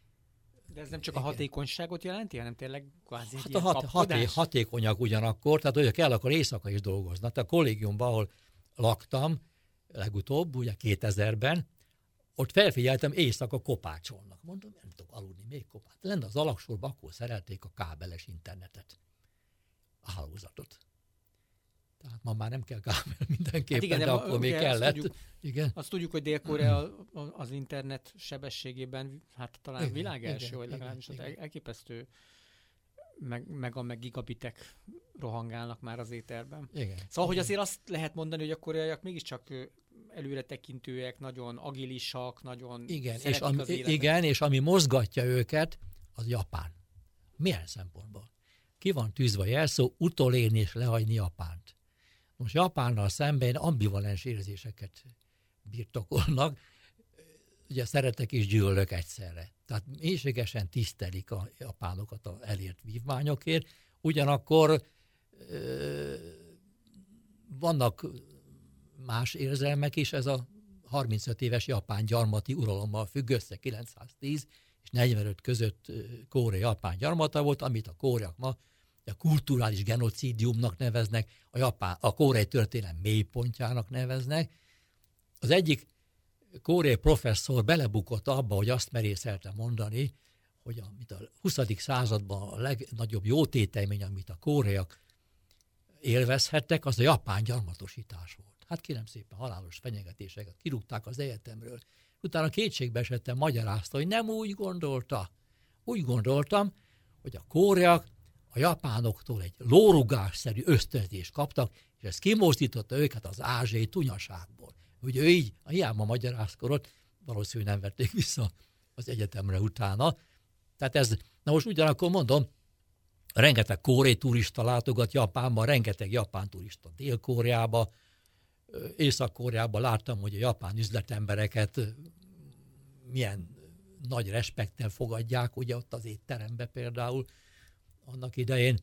De ez nem csak a hatékonyságot jelenti, hanem tényleg kvázi hát hatékonyak ugyanakkor, tehát hogyha kell, akkor éjszaka is dolgoznak. Tehát a kollégiumban, ahol laktam legutóbb, ugye 2000-ben, ott felfigyeltem, éjszaka kopácsolnak. Mondom, nem tudok aludni, még kopát. Lenne az alagsorban, akkor szerelték a kábeles internetet, a hálózatot. Tehát ma már nem kell kábel mindenképpen, hát igen, de akkor még kellett. Azt tudjuk, hogy Dél-Korea az internet sebességében, hát talán világ első, vagy legalábbis az elképesztő meg gigabitek rohangálnak már az éterben. Igen. Szóval, hogy azért azt lehet mondani, hogy a koreaiak mégiscsak előretekintőek, nagyon agilisak, nagyon szeretik az életet. Igen, és ami mozgatja őket, az Japán. Milyen szempontból? Ki van tűzve a jelszó, utolérni és lehagyni Japánt. Most Japánnal szemben ambivalens érzéseket birtokolnak, ugye szeretek és gyűlölök egyszerre. Tehát mélységesen tisztelik a japánokat az elért vívmányokért, ugyanakkor vannak más érzelmek is, ez a 35 éves japán gyarmati uralommal függ össze, 910 és 45 között Korea-Japán gyarmata volt, amit a koreaiak ma a kulturális genocidiumnak neveznek, a koreai történelem mélypontjának neveznek. Az egyik koreai professzor belebukott abba, hogy azt merészelte mondani, hogy amit a 20. században a legnagyobb jótételmény, amit a koreaiak élvezhettek, az a japán gyarmatosítás volt. Hát kérem szépen, halálos fenyegetéseket kirúgták az egyetemről. Utána kétségbe esettem, magyarázta, hogy nem úgy gondolta. Úgy gondoltam, hogy a koreaiak a japánoktól egy lórugásszerű ösztönzést kaptak, és ez kimozdította őket az ázsiai tunyaságból. Ugye ő így, hiába magyarázkodott, valószínűleg nem vették vissza az egyetemre utána. Tehát ez, na most ugyanakkor mondom, rengeteg koreai turista látogat Japánba, rengeteg japán turista Dél-Koreába, Észak-Koreában láttam, hogy a japán üzletembereket milyen nagy respekttel fogadják, ugye ott az étterembe például annak idején.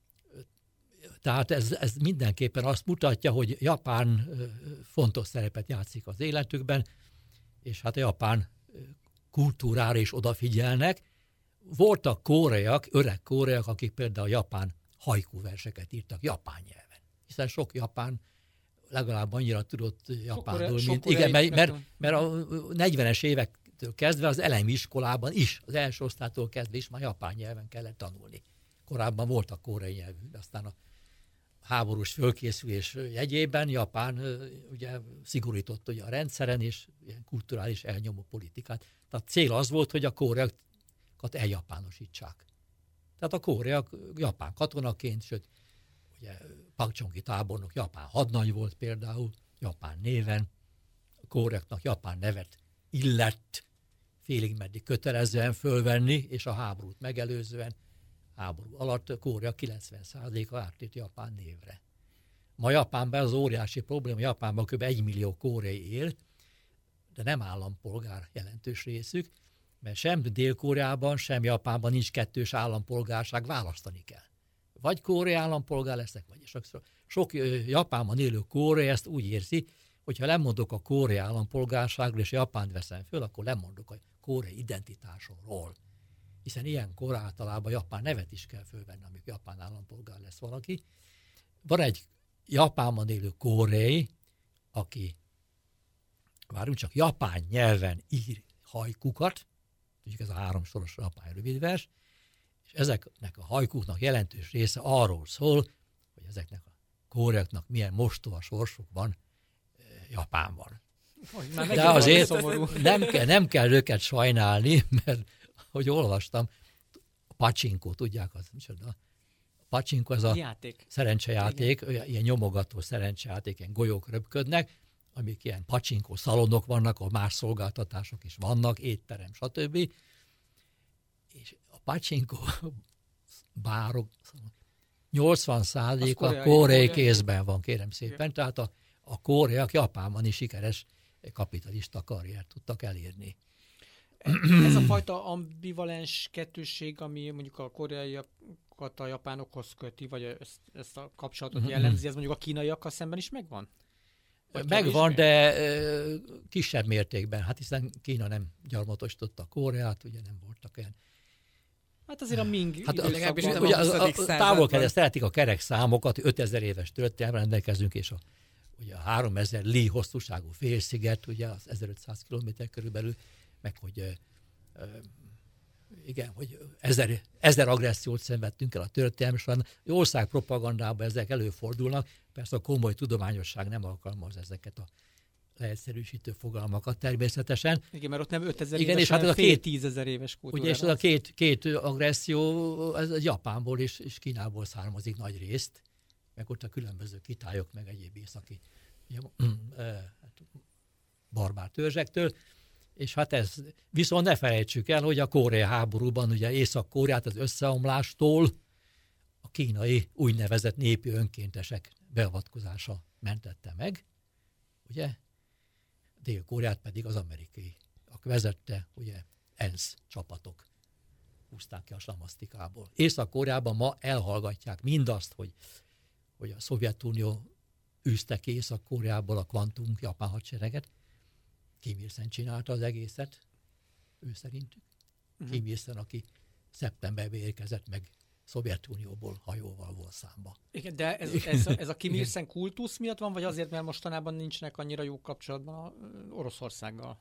Tehát ez mindenképpen azt mutatja, hogy Japán fontos szerepet játszik az életükben, és hát a japán kultúrára is odafigyelnek. Voltak koreaiak, öreg koreaiak, akik például japán haiku verseket írtak japán nyelven. Hiszen sok japán legalább annyira tudott japánul, mint... Igen, mert a 40-es évektől kezdve az elemi iskolában is, az első osztálytól kezdve is már japán nyelven kellett tanulni. Korábban voltak koreai nyelvű, de aztán a háborús fölkészülés jegyében Japán ugye szigorított ugye a rendszeren, és ilyen kulturális elnyomó politikát. Tehát cél az volt, hogy a koreaiakat eljapánosítsák. Tehát a koreaiak japán katonaként, sőt, ugye Pak Chung-ki tábornok japán hadnagy volt például, japán néven, a koreaiaknak japán nevet illett félig meddig kötelezően fölvenni, és a háborút megelőzően, háború alatt Korea 90%-a áttért japán névre. Ma Japánban az óriási probléma, Japánban kb. 1 millió koreai él, de nem állampolgár jelentős részük, mert sem Dél-Koreában, sem Japánban nincs kettős állampolgárság, választani kell. Vagy koreai állampolgár leszek, vagy sok Japánban élő koreai ezt úgy érzi, hogyha lemondok a koreai állampolgárságról, és Japánt veszem föl, akkor lemondok a koreai identitásomról. Hiszen ilyenkor általában japán nevet is kell fölvenni, amikor japán állampolgár lesz valaki. Van egy Japánban élő koreai, aki várjunk csak japán nyelven ír hajkukat, tudjuk ez a 3 soros japán rövidvers, és ezeknek a hajkuknak jelentős része arról szól, hogy ezeknek a koreaiaknak milyen mostoha sorsuk van Japánban. De azért nem kell őket sajnálni, mert ahogy olvastam, a pacsinko, tudják az micsoda? A pacsinko az a játék. Szerencsejáték, ilyen nyomogató szerencsejáték, ilyen golyók röpködnek, amik ilyen pacsinko szalonok vannak, ahol más szolgáltatások is vannak, étterem, stb. És a pacsinko bárok 80%-a koreai kézben van, kérem szépen. Tehát a koreaiak Japánban is sikeres kapitalista karriert tudtak elérni. Ez a fajta ambivalens kettősség, ami mondjuk a koreaiakat a japánokhoz köti, vagy ezt a kapcsolatot jellemzi, ez mondjuk a kínaiakkal szemben is megvan? Megvan, de kisebb mértékben. Hát hiszen Kína nem gyarmatosította Koreát, ugye nem voltak olyan. Hát azért a Ming időszakban. Ugye a távol-kelet szeretik a kerek számokat, 5000 éves történelemmel rendelkezünk, és ugye a 3000 li hosszúságú félsziget, ugye az 1500 km körülbelül, meg hogy igen, hogy 1000 agressziót szenvedtünk el a történelem során. Országpropagandában ezek előfordulnak, persze a komoly tudományosság nem alkalmaz ezeket a leegyszerűsítő fogalmakat természetesen. Igen, mert ott nem 5000 igen, éves, és hát hanem ez a 10 000 éves kultúra. Ugye, és ez a két agresszió, ez Japánból és Kínából származik nagy részt, meg ott a különböző kitályok, meg egyéb északi barbár törzsektől, és hát ez, viszont ne felejtsük el, hogy a koreai háborúban ugye Észak-Koreát az összeomlástól a kínai úgynevezett népi önkéntesek beavatkozása mentette meg, ugye, Dél-Koreát pedig az amerikai, vezette, ugye, ENSZ csapatok húzták ki a slamasztikából. Észak-Koreában ma elhallgatják mindazt, hogy a Szovjetunió űzte ki Észak-Koreából a kvantum japán hadsereget. Kim Il-sen csinálta az egészet, ő szerintük. Kim Il-sen, aki szeptemberben érkezett meg Szovjetunióból hajóval volt számba. Igen, de ez a Kim Il-sen kultusz miatt van, vagy azért, mert mostanában nincsenek annyira jó kapcsolatban Oroszországgal?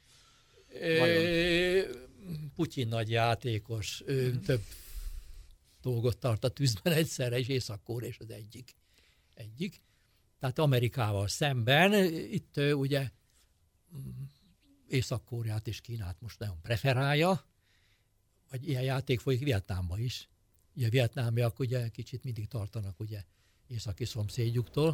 Putyin nagy játékos, több dolgot tart a tűzben egyszerre, és Észak-Korea is az egyik. Tehát Amerikával szemben itt ugye Észak-Koreát és Kínát most nagyon preferálja, vagy ilyen játék folyik Vietnámban is. Ugye a vietnámiak ugye kicsit mindig tartanak ugye északi szomszédjuktól.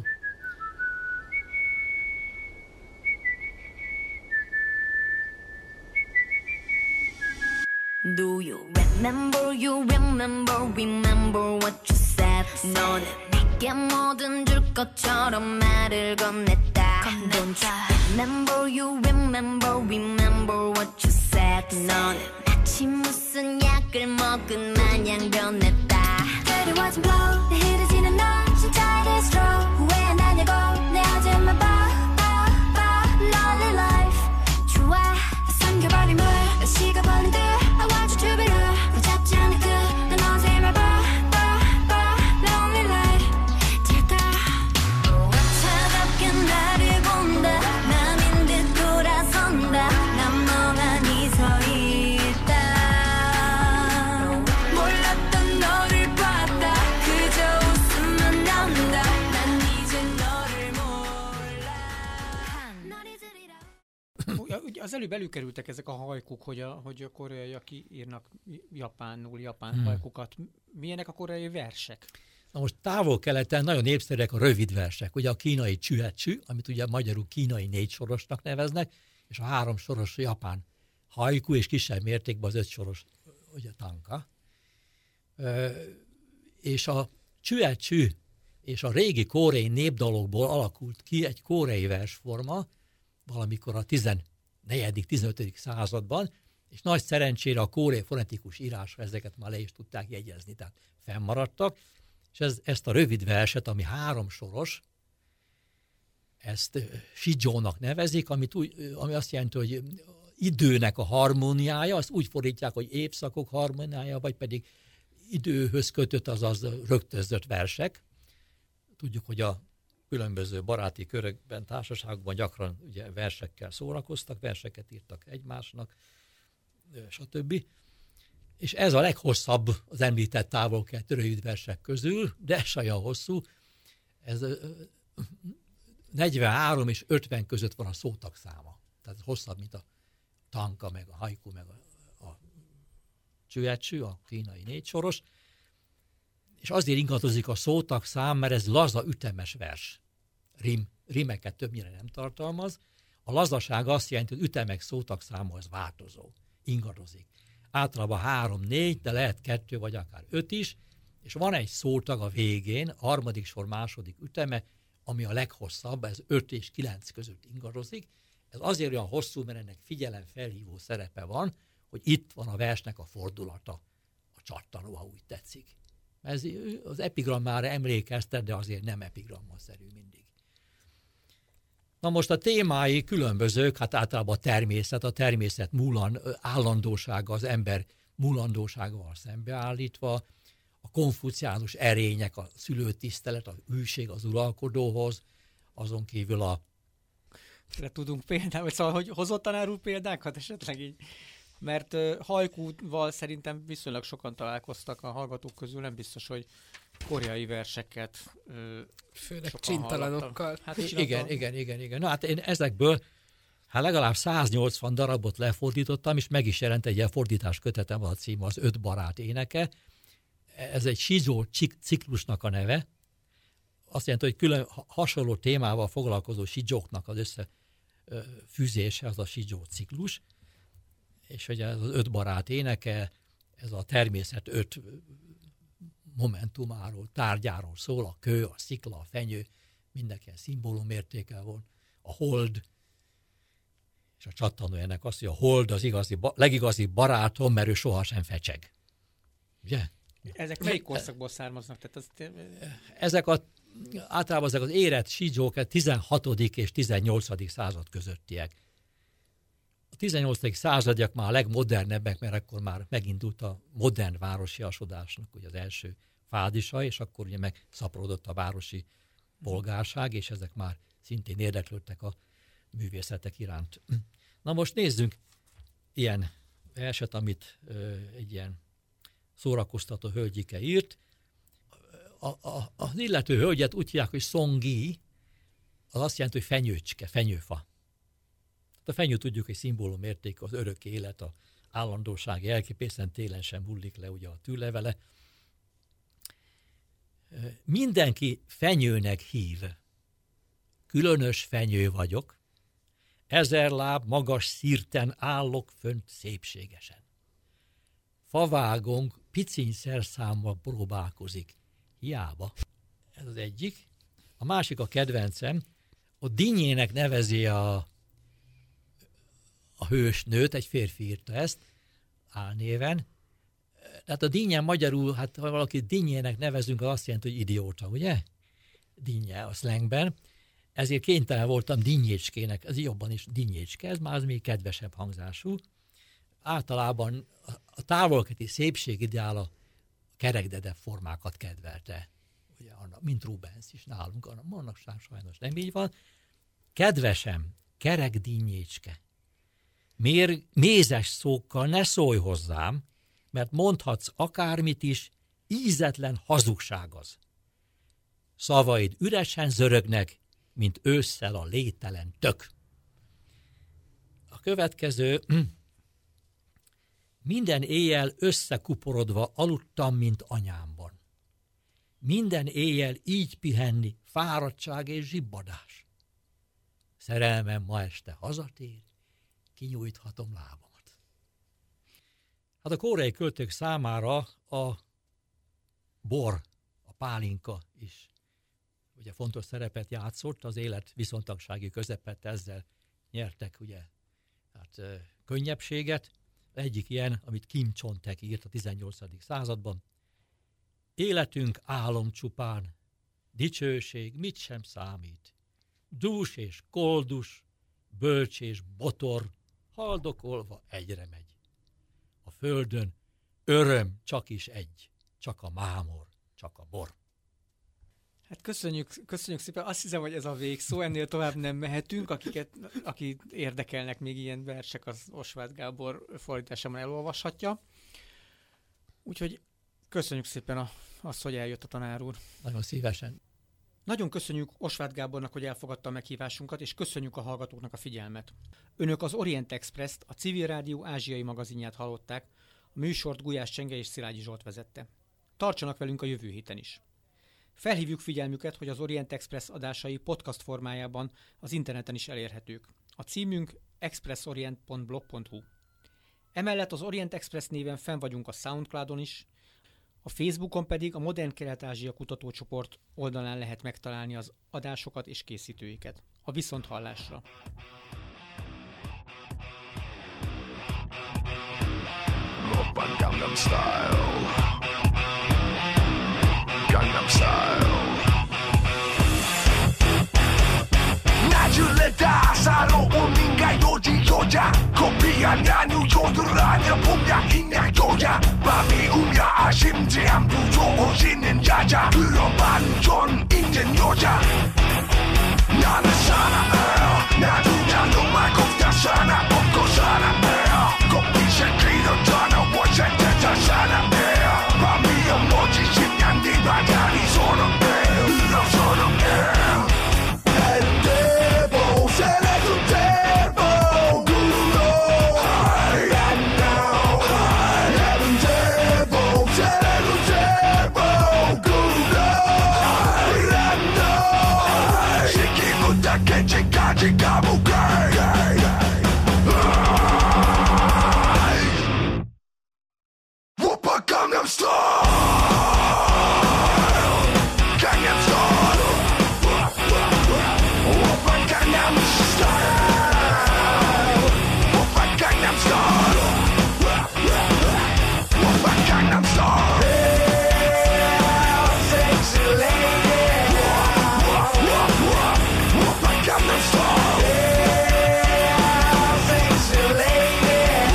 Do you remember what you said? 너는 내게 뭐든 줄 것처럼 말을 건넸다. Don't you remember what you said? 너는 마치 무슨 약을 먹은 마냥 변했다. Dirty watch blow, 내 흐려지는 너 진짜 이랬어. 후회한다냐고 내 어제만 봐 lonely life. 좋아 삼켜버린 물 식어버린 듯 I want you to be love 붙잡지 않을 듯난 어제 말 봐 lonely life. 될까 차갑게 나를 본다 남인 듯 돌아선다 난 멍하니 서 있다. 몰랐던 너를 봤다 그저 웃으면 난다 난 이제 너를 몰라 널 잊으리라. Az előbb előkerültek ezek a hajkuk, hogy a koreaiak írnak japánul, japán hajkukat. Milyenek a koreai versek? Na most távol-keleten nagyon népszerűek a rövid versek. Ugye a kínai csühetsű, amit ugye magyarul kínai 4 sorosnak neveznek, és a 3 soros japán haiku, és kisebb mértékben az 5 soros ugye tanka. És a csühetsű és a régi koreai népdalokból alakult ki egy koreai versforma, valamikor a 14.-15. században, és nagy szerencsére a koreai fonetikus írásra ezeket már le is tudták jegyezni, tehát fennmaradtak, és ezt a rövid verset, ami 3 soros, ezt shijónak nevezik, ami azt jelenti, hogy időnek a harmóniája, azt úgy fordítják, hogy évszakok harmóniája, vagy pedig időhöz kötött, azaz rögtözött versek. Tudjuk, hogy a különböző baráti körökben, társaságokban gyakran ugye versekkel szórakoztak, verseket írtak egymásnak, stb. És ez a leghosszabb az említett távol-keleti rövid versek közül, de se olyan hosszú. Ez 43 és 50 között van a szótag száma. Tehát hosszabb, mint a tanka, meg a haiku, meg a csühetsű, a kínai 4 soros. És azért ingadozik a szótag szám, mert ez laza, ütemes vers. Rímeket többnyire nem tartalmaz. A lazaság azt jelenti, hogy ütemek szótag száma az változó, ingadozik. Általában 3-4, de lehet 2 vagy akár 5 is, és van egy szótag a végén, a harmadik sor második üteme, ami a leghosszabb, ez 5 és 9 között ingadozik. Ez azért olyan hosszú, mert ennek figyelemfelhívó szerepe van, hogy itt van a versnek a fordulata, a csattanó, ha úgy tetszik. Ez az epigrammára emlékeztet, de azért nem epigrammaszerű mindig. Na most a témái különbözők, hát általában a természet állandósága, az ember múlandóságával szembeállítva, a konfuciánus erények, a szülőtisztelet, a hűség az uralkodóhoz, azon kívül tudunk például, szóval, hogy hozott tanár úr példákat esetleg így? Mert haikuval szerintem viszonylag sokan találkoztak a hallgatók közül, nem biztos, hogy koreai verseket főleg sokan csintalanokkal. hallottak. Hát Igen. Na hát én ezekből legalább 180 darabot lefordítottam, és meg is jelent egy ilyen fordítás kötetem, a cím az 5 barát éneke. Ez egy shizō ciklusnak a neve. Azt jelenti, hogy külön hasonló témával foglalkozó shizóknak az összefűzése, az a shizō ciklus. És hogy ez az 5 barát éneke, ez a természet 5 momentumáról, tárgyáról szól, a kő, a szikla, a fenyő, mindenki ilyen szimbólumértékkel van, a hold, és a csattanó ennek azt, hogy a hold az legigazi barátom, mert ő sohasem fecseg. Ugye? Ezek melyik korszakból származnak? Tehát általában ezek az érett shizók 16. és 18. század közöttiek. A 18. századiak már a legmodernebbek, mert akkor már megindult a modern városiasodásnak ugye az első fázisa, és akkor ugye megszaporodott a városi polgárság, és ezek már szintén érdeklődtek a művészetek iránt. Na most nézzünk ilyen verset, amit egy ilyen szórakoztató hölgyike írt. Az illető hölgyet úgy hívják, hogy Songi, az azt jelenti, hogy fenyőcske, fenyőfa. A fenyő tudjuk, hogy szimbólumértékű, az örök élet, a állandóság, jelképészen télen sem hullik le ugye a tűlevele. Mindenki fenyőnek hív. Különös fenyő vagyok, 1000 láb magas szirten állok fönt szépségesen. Favágónk piciny szerszámmal próbálkozik. Hiába. Ez az egyik. A másik a kedvencem, a dinnyének nevezi a hősnőt, egy férfi írta ezt álnéven. Tehát a dinnye magyarul, hát ha valaki dinnyének nevezünk, az azt jelenti, hogy idióta, ugye? Dinnye a szlengben. Ezért kénytelen voltam dinnyécskének, ez jobban is dinnyécske, ez már az még kedvesebb hangzású. Általában a távolkeleti szépségideál a kerekdede formákat kedvelte. Ugye, mint Rubens is nálunk, annak sajnos nem így van. Kedvesem, kerek dinnyécske, mézes szókkal ne szólj hozzám, mert mondhatsz akármit is, ízetlen hazugság az. Szavaid üresen zörögnek, mint ősszel a lételen tök. A következő, minden éjjel összekuporodva aludtam, mint anyámban. Minden éjjel így pihenni, fáradtság és zsibbadás. Szerelmem ma este hazatér, kinyújthatom lábamat. Hát a koreai költők számára a bor, a pálinka is ugye fontos szerepet játszott, az élet viszontagsági közepet ezzel nyertek ugye hát, könnyebbséget. Egyik ilyen, amit Kim Chontek írt a 18. században. Életünk álom csupán, dicsőség mit sem számít. Dús és koldus, bölcs és botor, haldokolva egyre megy. A földön öröm csak is egy, csak a mámor, csak a bor. Hát köszönjük szépen. Azt hiszem, hogy ez a végszó, ennél tovább nem mehetünk. Akit érdekelnek még ilyen versek, az Osváth Gábor fordításában elolvashatja. Úgyhogy köszönjük szépen azt, hogy eljött a tanár úr. Nagyon szívesen. Nagyon köszönjük Osváth Gábornak, hogy elfogadta a meghívásunkat, és köszönjük a hallgatóknak a figyelmet. Önök az Orient Express-t, a Civil Rádió ázsiai magazinját hallották, a műsort Gulyás Csenge és Szilágyi Zsolt vezette. Tartsanak velünk a jövő héten is. Felhívjuk figyelmüket, hogy az Orient Express adásai podcast formájában az interneten is elérhetők. A címünk expressorient.blog.hu. Emellett az Orient Express néven fenn vagyunk a Soundcloudon is, a Facebookon pedig a Modern Kelet-Ázsia kutatócsoport oldalán lehet megtalálni az adásokat és készítőiket. A viszonthallásra! Gangnam Style. Gangnam Style. 나줄래 다 사로운 민가 요지 여자 커피 한 잔 우조들 아니야 봄야 있냐 여자 밤이 우야 심지한 부조어지는 자자 그런 반전 있는 여자 나는 사랑해 나 두 잔도 말고 다 사랑 먹고 사랑해 꽃빛이 길었잖아 원샷 대자 사랑해 밤이 오지 10년 뒤 바다리 소름해 소름해 해는 대보 새내도 대보 구름도 high and now 해는 대보 새내도 대보 구름도 high and now 시키고 닦겠지까지 가볼게 오빠 강남 스타일 강남 스타일 오빠 강남 스타일 오빠 강남 스타일 오빠 강남 스타일 sexy lady 오빠 강남 스타일 sexy lady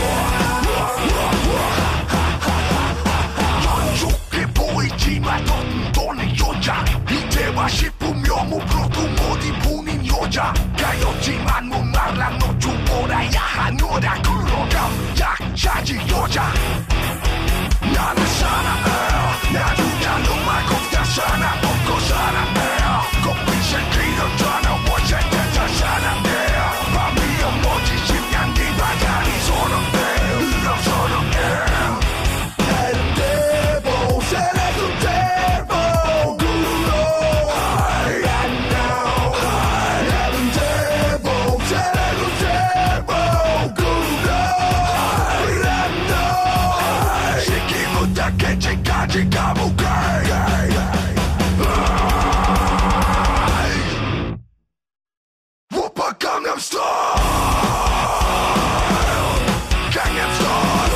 좋게 보이지만 돈이 여자 이때와 싶으면 무브로도 못 입는 여자 가였지만 목말라 노출보다 야한 여자 그러다 약자지 여자 나는 사랑해 나도 나도 말고 다 사랑 없고 사랑해 꽃빛이 길었잖아 원샷 대자 사랑해 밤이 오지 10년 뒤 바다리 소름해 소름해 해는 대보 새내도 대보 구름도 high and now 해는 대보 새내도 대보 구름도 high and now 시키고 닦겠지까지 가볼게 오빠 강남 스타일 강남 스타일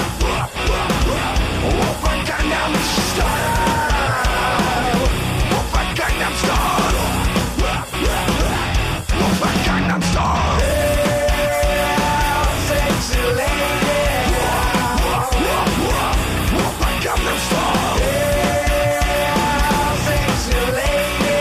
오빠 강남 스타일 오빠 강남 스타일 오빠 강남 스타일 sexy lady 오빠 강남 스타일 sexy lady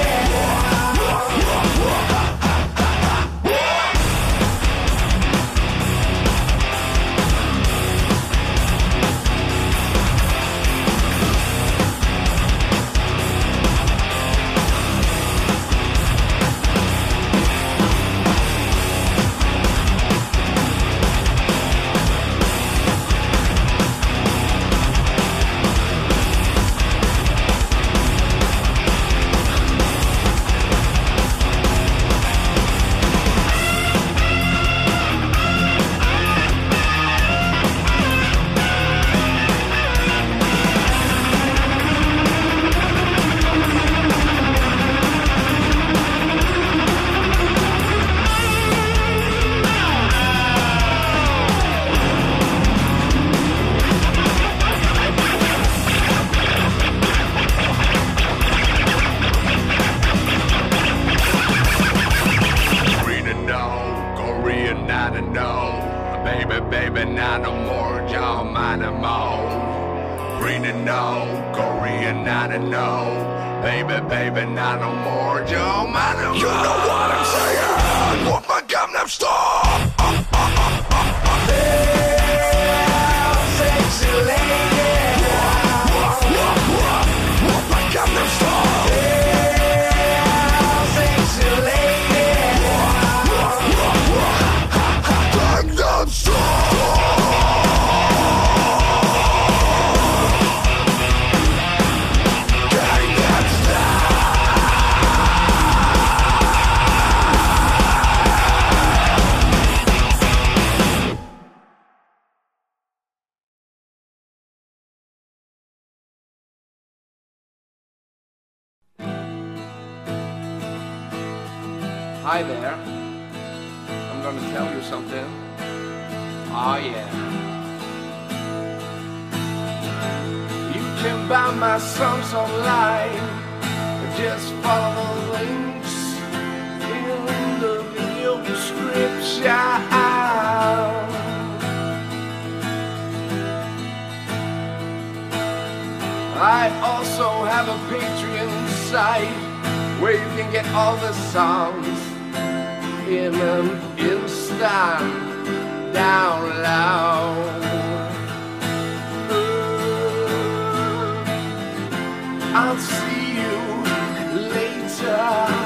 Korean, I don't know. Baby, baby, not no more, y'all mind no more. Bring it no, Korean, I don't know. Baby, baby, not no more, y'all mind no more. You know what I'm saying? Want my Gangnam Style? Hey, sexy lady. Want my Gangnam Style? Hey, sexy lady. Gangnam Style. Hi there. I'm gonna tell you something. Oh yeah. You can buy my songs online. Just follow the links in the video description. I also have a Patreon site where you can get all the songs in an instant down loud. I'll see you later.